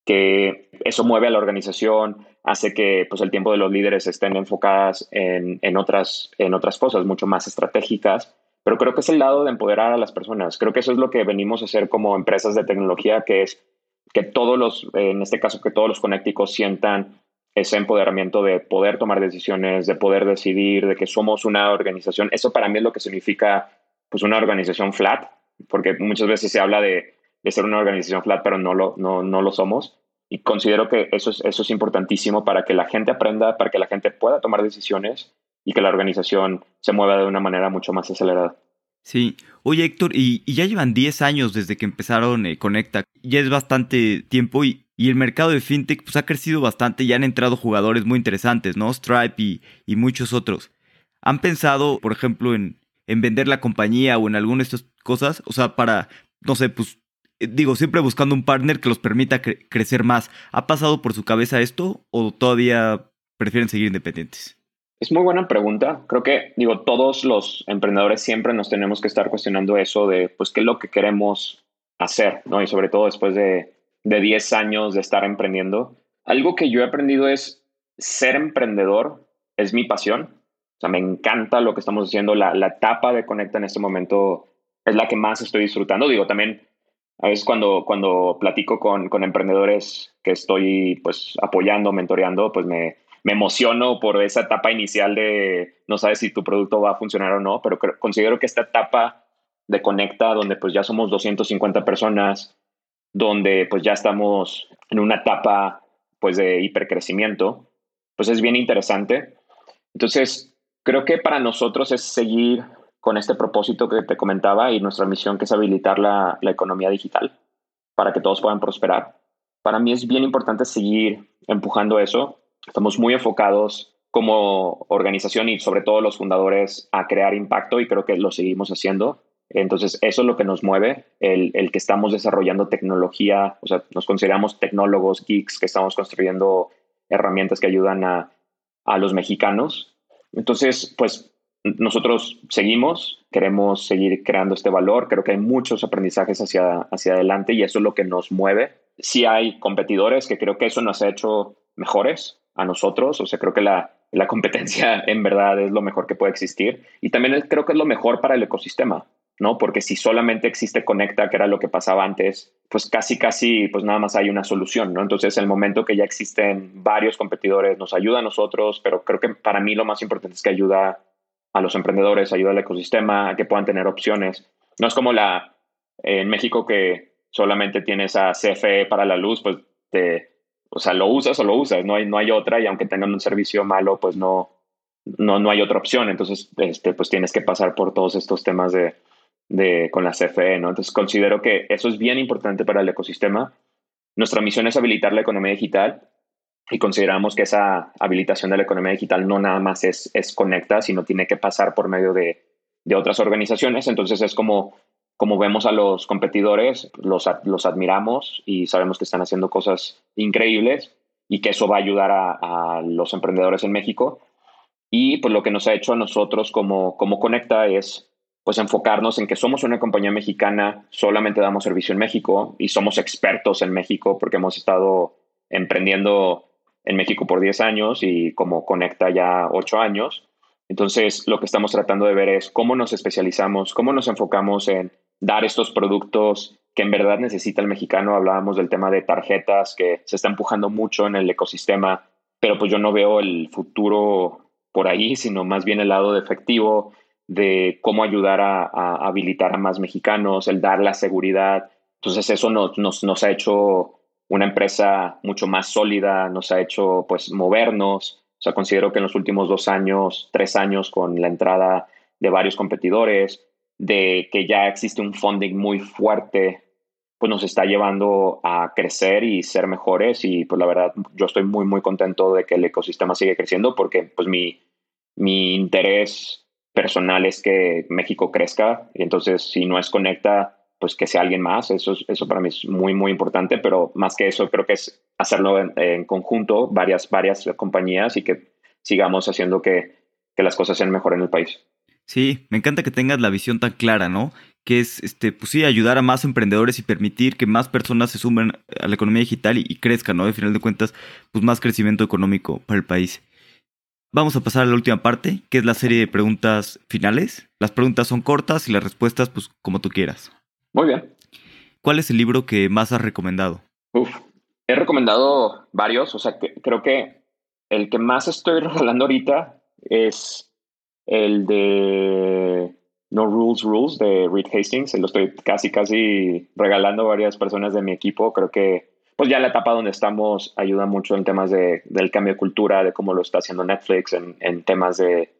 que eso mueve a la organización, hace que pues, el tiempo de los líderes estén enfocadas en otras cosas mucho más estratégicas. Pero creo que es el lado de empoderar a las personas. Creo que eso es lo que venimos a hacer como empresas de tecnología, que es que en este caso, que todos los conécticos sientan ese empoderamiento de poder tomar decisiones, de poder decidir, de que somos una organización. Eso para mí es lo que significa pues una organización flat, porque muchas veces se habla de ser una organización flat, pero no lo somos. Y considero que eso es importantísimo para que la gente aprenda, para que la gente pueda tomar decisiones y que la organización se mueva de una manera mucho más acelerada. Sí. Oye, Héctor, y ya llevan 10 años desde que empezaron Conecta. Ya es bastante tiempo y el mercado de fintech pues, ha crecido bastante y han entrado jugadores muy interesantes, ¿no? Stripe y muchos otros. ¿Han pensado, por ejemplo, en vender la compañía o en alguna de estas cosas? O sea, para, no sé, pues, digo, siempre buscando un partner que los permita crecer más. ¿Ha pasado por su cabeza esto o todavía prefieren seguir independientes? Es muy buena pregunta. Creo que, digo, todos los emprendedores siempre nos tenemos que estar cuestionando eso de, pues, qué es lo que queremos hacer, ¿no? Y sobre todo después de 10 años de estar emprendiendo. Algo que yo he aprendido es ser emprendedor es mi pasión. O sea, me encanta lo que estamos haciendo. La etapa de Conecta en este momento es la que más estoy disfrutando. Digo, también a veces cuando platico con emprendedores que estoy, pues, apoyando, mentoreando, pues me emociono por esa etapa inicial de no sabes si tu producto va a funcionar o no, pero considero que esta etapa de Conecta, donde pues ya somos 250 personas, donde pues ya estamos en una etapa pues de hipercrecimiento, pues es bien interesante. Entonces, creo que para nosotros es seguir con este propósito que te comentaba y nuestra misión que es habilitar la economía digital para que todos puedan prosperar. Para mí es bien importante seguir empujando eso. Estamos muy enfocados como organización y sobre todo los fundadores a crear impacto y creo que lo seguimos haciendo. Entonces, eso es lo que nos mueve, el que estamos desarrollando tecnología, o sea, nos consideramos tecnólogos, geeks, que estamos construyendo herramientas que ayudan a los mexicanos. Entonces, pues nosotros queremos seguir creando este valor, creo que hay muchos aprendizajes hacia adelante y eso es lo que nos mueve. Sí hay competidores que creo que eso nos ha hecho mejores a nosotros, o sea, creo que la competencia en verdad es lo mejor que puede existir. Y también creo que es lo mejor para el ecosistema, ¿no? Porque si solamente existe Conecta, que era lo que pasaba antes, pues casi, pues nada más hay una solución, ¿no? Entonces, el momento que ya existen varios competidores nos ayuda a nosotros, pero creo que para mí lo más importante es que ayuda a los emprendedores, ayuda al ecosistema, a que puedan tener opciones. No es como en México que solamente tienes a CFE para la luz, pues o sea, lo usas o lo usas, no hay otra, y aunque tengan un servicio malo, pues no hay otra opción. Entonces, pues tienes que pasar por todos estos temas con la CFE, ¿no? Entonces, considero que eso es bien importante para el ecosistema. Nuestra misión es habilitar la economía digital y consideramos que esa habilitación de la economía digital no nada más es Conecta, sino tiene que pasar por medio de otras organizaciones. Entonces, es como vemos a los competidores, los admiramos y sabemos que están haciendo cosas increíbles y que eso va a ayudar a los emprendedores en México. Y pues lo que nos ha hecho a nosotros como Conecta es pues enfocarnos en que somos una compañía mexicana, solamente damos servicio en México y somos expertos en México porque hemos estado emprendiendo en México por 10 años y como Conecta ya 8 años. Entonces, lo que estamos tratando de ver es cómo nos especializamos, cómo nos enfocamos en dar estos productos que en verdad necesita el mexicano. Hablábamos del tema de tarjetas que se está empujando mucho en el ecosistema, pero pues yo no veo el futuro por ahí, sino más bien el lado de efectivo, de cómo ayudar a habilitar a más mexicanos, el dar la seguridad. Entonces eso nos ha hecho una empresa mucho más sólida, nos ha hecho pues movernos. O sea, considero que en los últimos 2 años, 3 años, con la entrada de varios competidores, de que ya existe un funding muy fuerte, pues nos está llevando a crecer y ser mejores. Y pues la verdad, yo estoy muy contento de que el ecosistema sigue creciendo porque pues mi interés personal es que México crezca. Y entonces, si no es Conecta, pues que sea alguien más. Eso para mí es muy importante, pero más que eso, creo que es hacerlo en conjunto, varias compañías, y que sigamos haciendo que las cosas sean mejor en el país. Sí, me encanta que tengas la visión tan clara, ¿no? Que es, pues sí, ayudar a más emprendedores y permitir que más personas se sumen a la economía digital y crezcan, ¿no? Al final de cuentas, pues más crecimiento económico para el país. Vamos a pasar a la última parte, que es la serie de preguntas finales. Las preguntas son cortas y las respuestas, pues, como tú quieras. Muy bien. ¿Cuál es el libro que más has recomendado? Uf, he recomendado varios, o sea, creo que el que más estoy regalando ahorita es el de No Rules Rules de Reed Hastings. Se lo estoy casi regalando a varias personas de mi equipo. Creo que pues ya la etapa donde estamos ayuda mucho en temas del cambio de cultura, de cómo lo está haciendo Netflix, en temas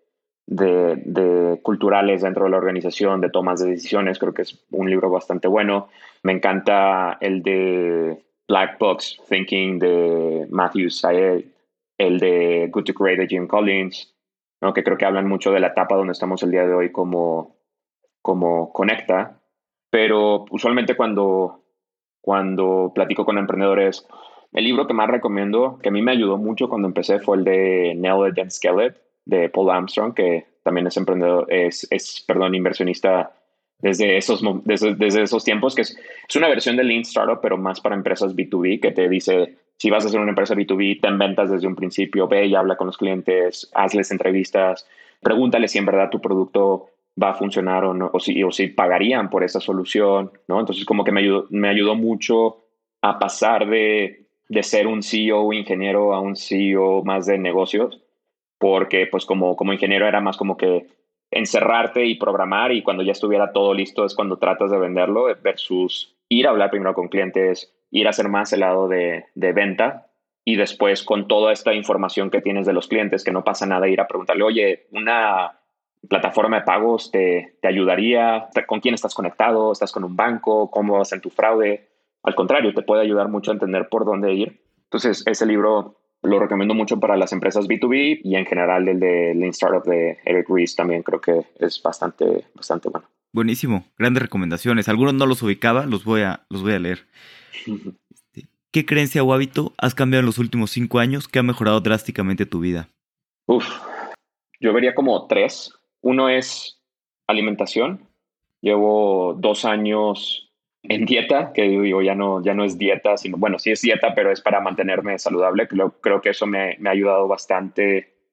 de culturales dentro de la organización, de tomas de decisiones. Creo que es un libro bastante bueno. Me encanta el de Black Box Thinking de Matthew Syed, el de Good to Great de Jim Collins, ¿no? Que creo que hablan mucho de la etapa donde estamos el día de hoy como Conecta. Pero usualmente cuando platico con emprendedores, el libro que más recomiendo, que a mí me ayudó mucho cuando empecé, fue el de Nail It and Scale It de Paul Armstrong, que también es emprendedor, perdón, inversionista desde esos tiempos, que es una versión de Lean Startup, pero más para empresas B2B, que te dice, si vas a hacer una empresa B2B, ten ventas desde un principio, ve y habla con los clientes, hazles entrevistas, pregúntale si en verdad tu producto va a funcionar o no, o si pagarían por esa solución, ¿no? Entonces como que me ayudó mucho a pasar de ser un CEO ingeniero a un CEO más de negocios, porque pues como ingeniero era más como que encerrarte y programar, y cuando ya estuviera todo listo es cuando tratas de venderlo, versus ir a hablar primero con clientes, ir a hacer más el lado de venta, y después con toda esta información que tienes de los clientes, que no pasa nada, ir a preguntarle, oye, una plataforma de pagos te ayudaría, con quién estás conectado, estás con un banco, cómo vas en tu fraude. Al contrario, te puede ayudar mucho a entender por dónde ir. Entonces, ese libro lo recomiendo mucho para las empresas B2B, y en general el de Lean Startup de Eric Ries también creo que es bastante bueno. Buenísimo, grandes recomendaciones. Algunos no los ubicaba, los voy a leer. ¿Qué creencia o hábito has cambiado en los últimos 5 años que ha mejorado drásticamente tu vida? Uf, yo vería como tres. Uno es alimentación. Llevo 2 años en dieta, que digo, ya no es dieta, sino, bueno, sí es dieta, pero es para mantenerme saludable. Creo que eso me ha ayudado bastante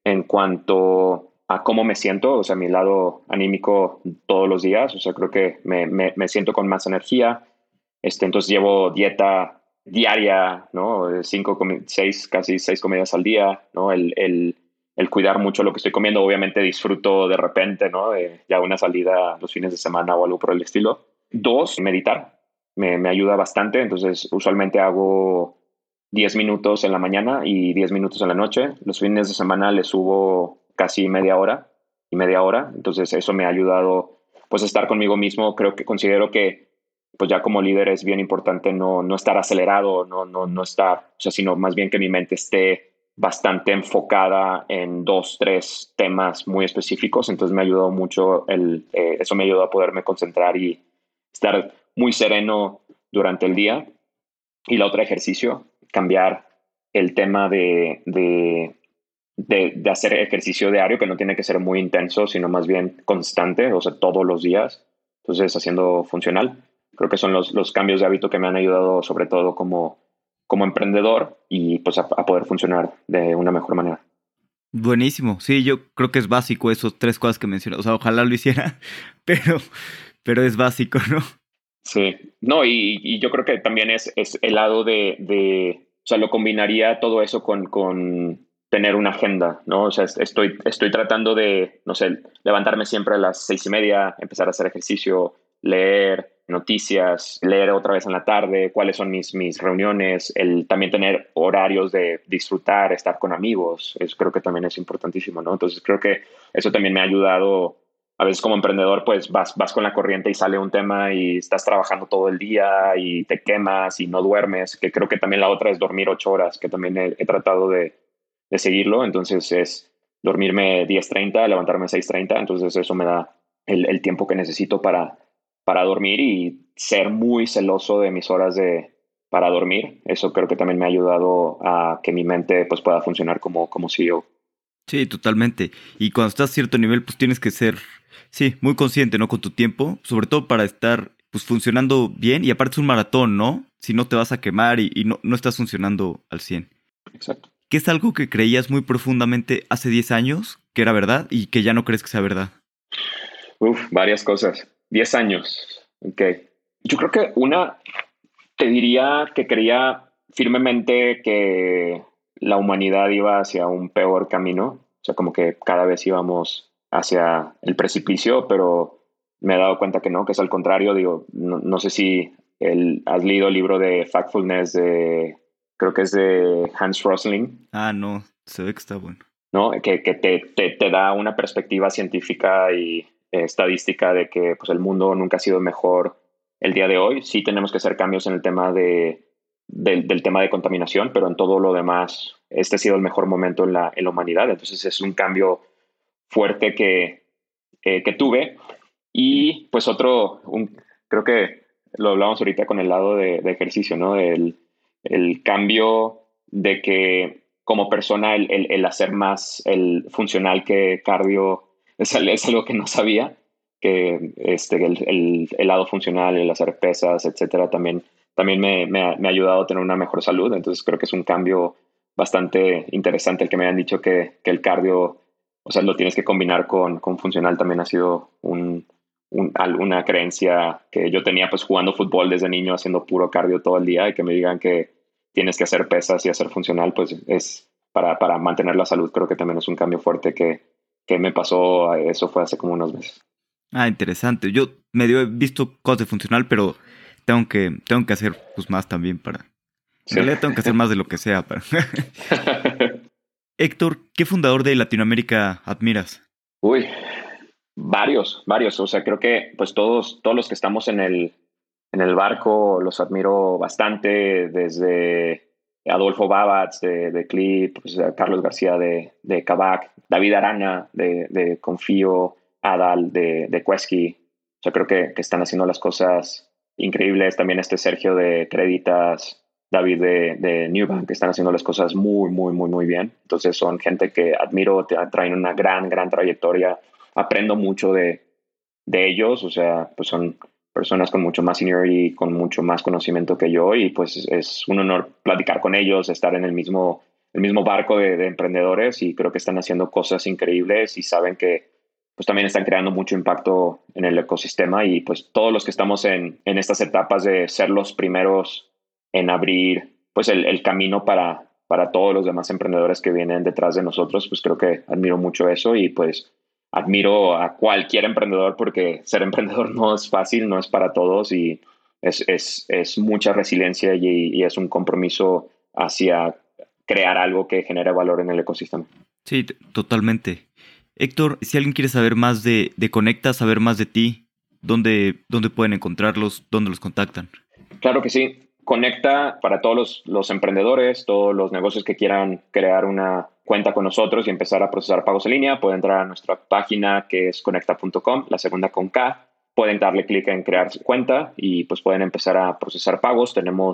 en cuanto a cómo me siento, o sea, mi lado anímico todos los días, o sea, creo que me siento con más energía. Entonces llevo dieta diaria, ¿no? Seis, casi 6 comidas al día, ¿no? El cuidar mucho lo que estoy comiendo. Obviamente disfruto de repente, ¿no? Ya una salida los fines de semana o algo por el estilo. Dos, meditar. Me ayuda bastante. Entonces, usualmente hago 10 minutos en la mañana y 10 minutos en la noche. Los fines de semana le subo casi media hora y media hora. Entonces, eso me ha ayudado, pues, a estar conmigo mismo. Considero que pues ya como líder es bien importante no estar acelerado, no estar, o sea, sino más bien que mi mente esté bastante enfocada en 2, 3 temas muy específicos. Entonces me ha ayudado mucho eso me ayudó a poderme concentrar y estar muy sereno durante el día. Y la otra ejercicio, cambiar el tema de hacer ejercicio diario, que no tiene que ser muy intenso, sino más bien constante, o sea, todos los días. Entonces, haciendo funcional. Creo que son los cambios de hábito que me han ayudado, sobre todo como emprendedor, y pues a poder funcionar de una mejor manera. Buenísimo. Sí, yo creo que es básico esos 3 cosas que mencioné. O sea, ojalá lo hiciera, pero, pero es básico, ¿no? Sí, no, y yo creo que también es el lado o sea, lo combinaría todo eso con tener una agenda, ¿no? O sea, estoy tratando de, no sé, levantarme siempre a las 6:30, empezar a hacer ejercicio, leer noticias, leer otra vez en la tarde, cuáles son mis reuniones, también tener horarios de disfrutar, estar con amigos, eso creo que también es importantísimo, ¿no? Entonces creo que eso también me ha ayudado a veces como emprendedor, pues vas con la corriente y sale un tema y estás trabajando todo el día y te quemas y no duermes, que creo que también la otra es dormir 8 horas, que también he tratado de seguirlo. Entonces es dormirme 10:30, levantarme 6:30. Entonces eso me da el tiempo que necesito para dormir y ser muy celoso de mis horas para dormir. Eso creo que también me ha ayudado a que mi mente pues pueda funcionar como CEO. Sí, totalmente. Y cuando estás a cierto nivel, pues tienes que ser, sí, muy consciente, ¿no? Con tu tiempo, sobre todo para estar, pues, funcionando bien. Y aparte es un maratón, ¿no? Si no te vas a quemar y no estás funcionando al 100. Exacto. ¿Qué es algo que creías muy profundamente hace 10 años que era verdad y que ya no crees que sea verdad? Varias cosas. 10 años. Ok. Yo creo que te diría que creía firmemente que la humanidad iba hacia un peor camino. O sea, como que cada vez íbamos hacia el precipicio, pero me he dado cuenta que no, que es al contrario. Digo, no sé si has leído el libro de Factfulness creo que es de Hans Rosling, Ah, no, se ve que está bueno. ¿no? Que te da una perspectiva científica y estadística de que pues, el mundo nunca ha sido mejor el día de hoy. Sí tenemos que hacer cambios en el tema del tema de contaminación, pero en todo lo demás, este ha sido el mejor momento en la humanidad. Entonces es un cambio fuerte que tuve. Y pues creo que lo hablamos ahorita con el lado de ejercicio, ¿no? El cambio de que como persona el hacer más el funcional que cardio es algo que no sabía, que el lado funcional, el hacer pesas, etcétera, también me ha ayudado a tener una mejor salud. Entonces creo que es un cambio bastante interesante el que me hayan dicho que el cardio, o sea, lo tienes que combinar con funcional. También ha sido una creencia que yo tenía pues jugando fútbol desde niño, haciendo puro cardio todo el día, y que me digan que tienes que hacer pesas y hacer funcional, pues es para mantener la salud. Creo que también es un cambio fuerte que me pasó. Eso fue hace como unos meses. Ah, interesante. Yo medio he visto cosas de funcional, pero tengo que hacer pues más también para... En Sí. realidad tengo que hacer más de lo que sea para... Héctor, ¿qué fundador de Latinoamérica admiras? Uy, varios. O sea, creo que pues todos los que estamos en el barco los admiro bastante, desde Adolfo Babatz de Clip, pues, a Carlos García de Kavak, David Arana de Confío, Adal de Quesky. O sea, creo que están haciendo las cosas increíbles. También Sergio de Creditas, David de Newbank, que están haciendo las cosas muy, muy, muy, muy bien. Entonces son gente que admiro, traen una gran, gran trayectoria. Aprendo mucho de ellos. O sea, pues son personas con mucho más seniority, con mucho más conocimiento que yo, y pues es un honor platicar con ellos, estar en el mismo el mismo barco de emprendedores y creo que están haciendo cosas increíbles y saben que pues también están creando mucho impacto en el ecosistema y pues todos los que estamos en estas etapas de ser los primeros en abrir pues el camino para todos los demás emprendedores que vienen detrás de nosotros, pues creo que admiro mucho eso y pues admiro a cualquier emprendedor porque ser emprendedor no es fácil, no es para todos y es mucha resiliencia y es un compromiso hacia crear algo que genere valor en el ecosistema. Sí, totalmente. Héctor, si alguien quiere saber más de Conecta, saber más de ti, ¿dónde pueden encontrarlos? ¿Dónde los contactan? Claro que sí. Conecta para todos los emprendedores, todos los negocios que quieran crear una cuenta con nosotros y empezar a procesar pagos en línea. Pueden entrar a nuestra página que es conecta.com, la segunda con K. Pueden darle clic en crear cuenta y pues pueden empezar a procesar pagos.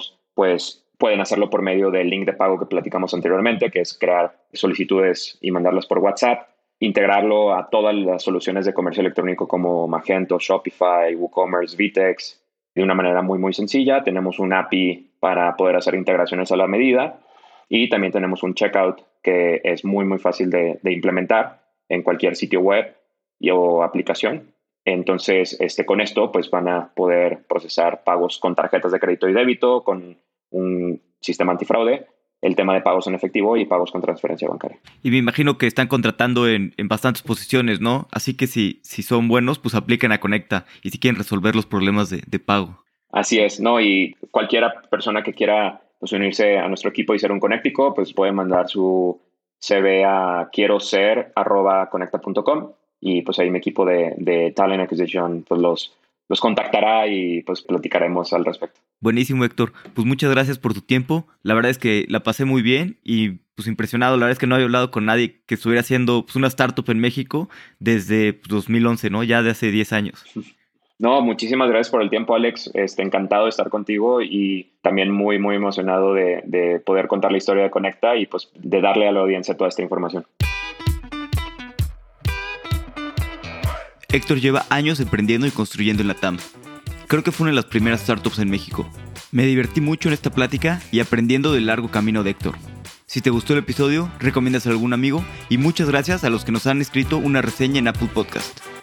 Pueden hacerlo por medio del link de pago que platicamos anteriormente, que es crear solicitudes y mandarlas por WhatsApp. Integrarlo a todas las soluciones de comercio electrónico como Magento, Shopify, WooCommerce, Vitex, de una manera muy, muy sencilla. Tenemos un API para poder hacer integraciones a la medida y también tenemos un checkout que es muy, muy fácil de implementar en cualquier sitio web o aplicación. Entonces, con esto, pues van a poder procesar pagos con tarjetas de crédito y débito, con un sistema antifraude, el tema de pagos en efectivo y pagos con transferencia bancaria. Y me imagino que están contratando en bastantes posiciones, ¿no? Así que si son buenos, pues apliquen a Conecta y si quieren resolver los problemas de pago. Así es, ¿no? Y cualquier persona que quiera pues, unirse a nuestro equipo y ser un conéctico, pues puede mandar su CV a quieroser@conecta.com y pues ahí mi equipo de Talent Acquisition pues los contactará y pues platicaremos al respecto. Buenísimo, Héctor. Pues muchas gracias por tu tiempo. La verdad es que la pasé muy bien y pues impresionado. La verdad es que no había hablado con nadie que estuviera haciendo pues, una startup en México desde 2011, ¿no? Ya de hace 10 años. No, muchísimas gracias por el tiempo, Alex. Encantado de estar contigo y también muy, muy emocionado de poder contar la historia de Conecta y pues de darle a la audiencia toda esta información. Héctor lleva años emprendiendo y construyendo en la TAM. Creo que fue una de las primeras startups en México. Me divertí mucho en esta plática y aprendiendo del largo camino de Héctor. Si te gustó el episodio, recomiendas a algún amigo y muchas gracias a los que nos han escrito una reseña en Apple Podcast.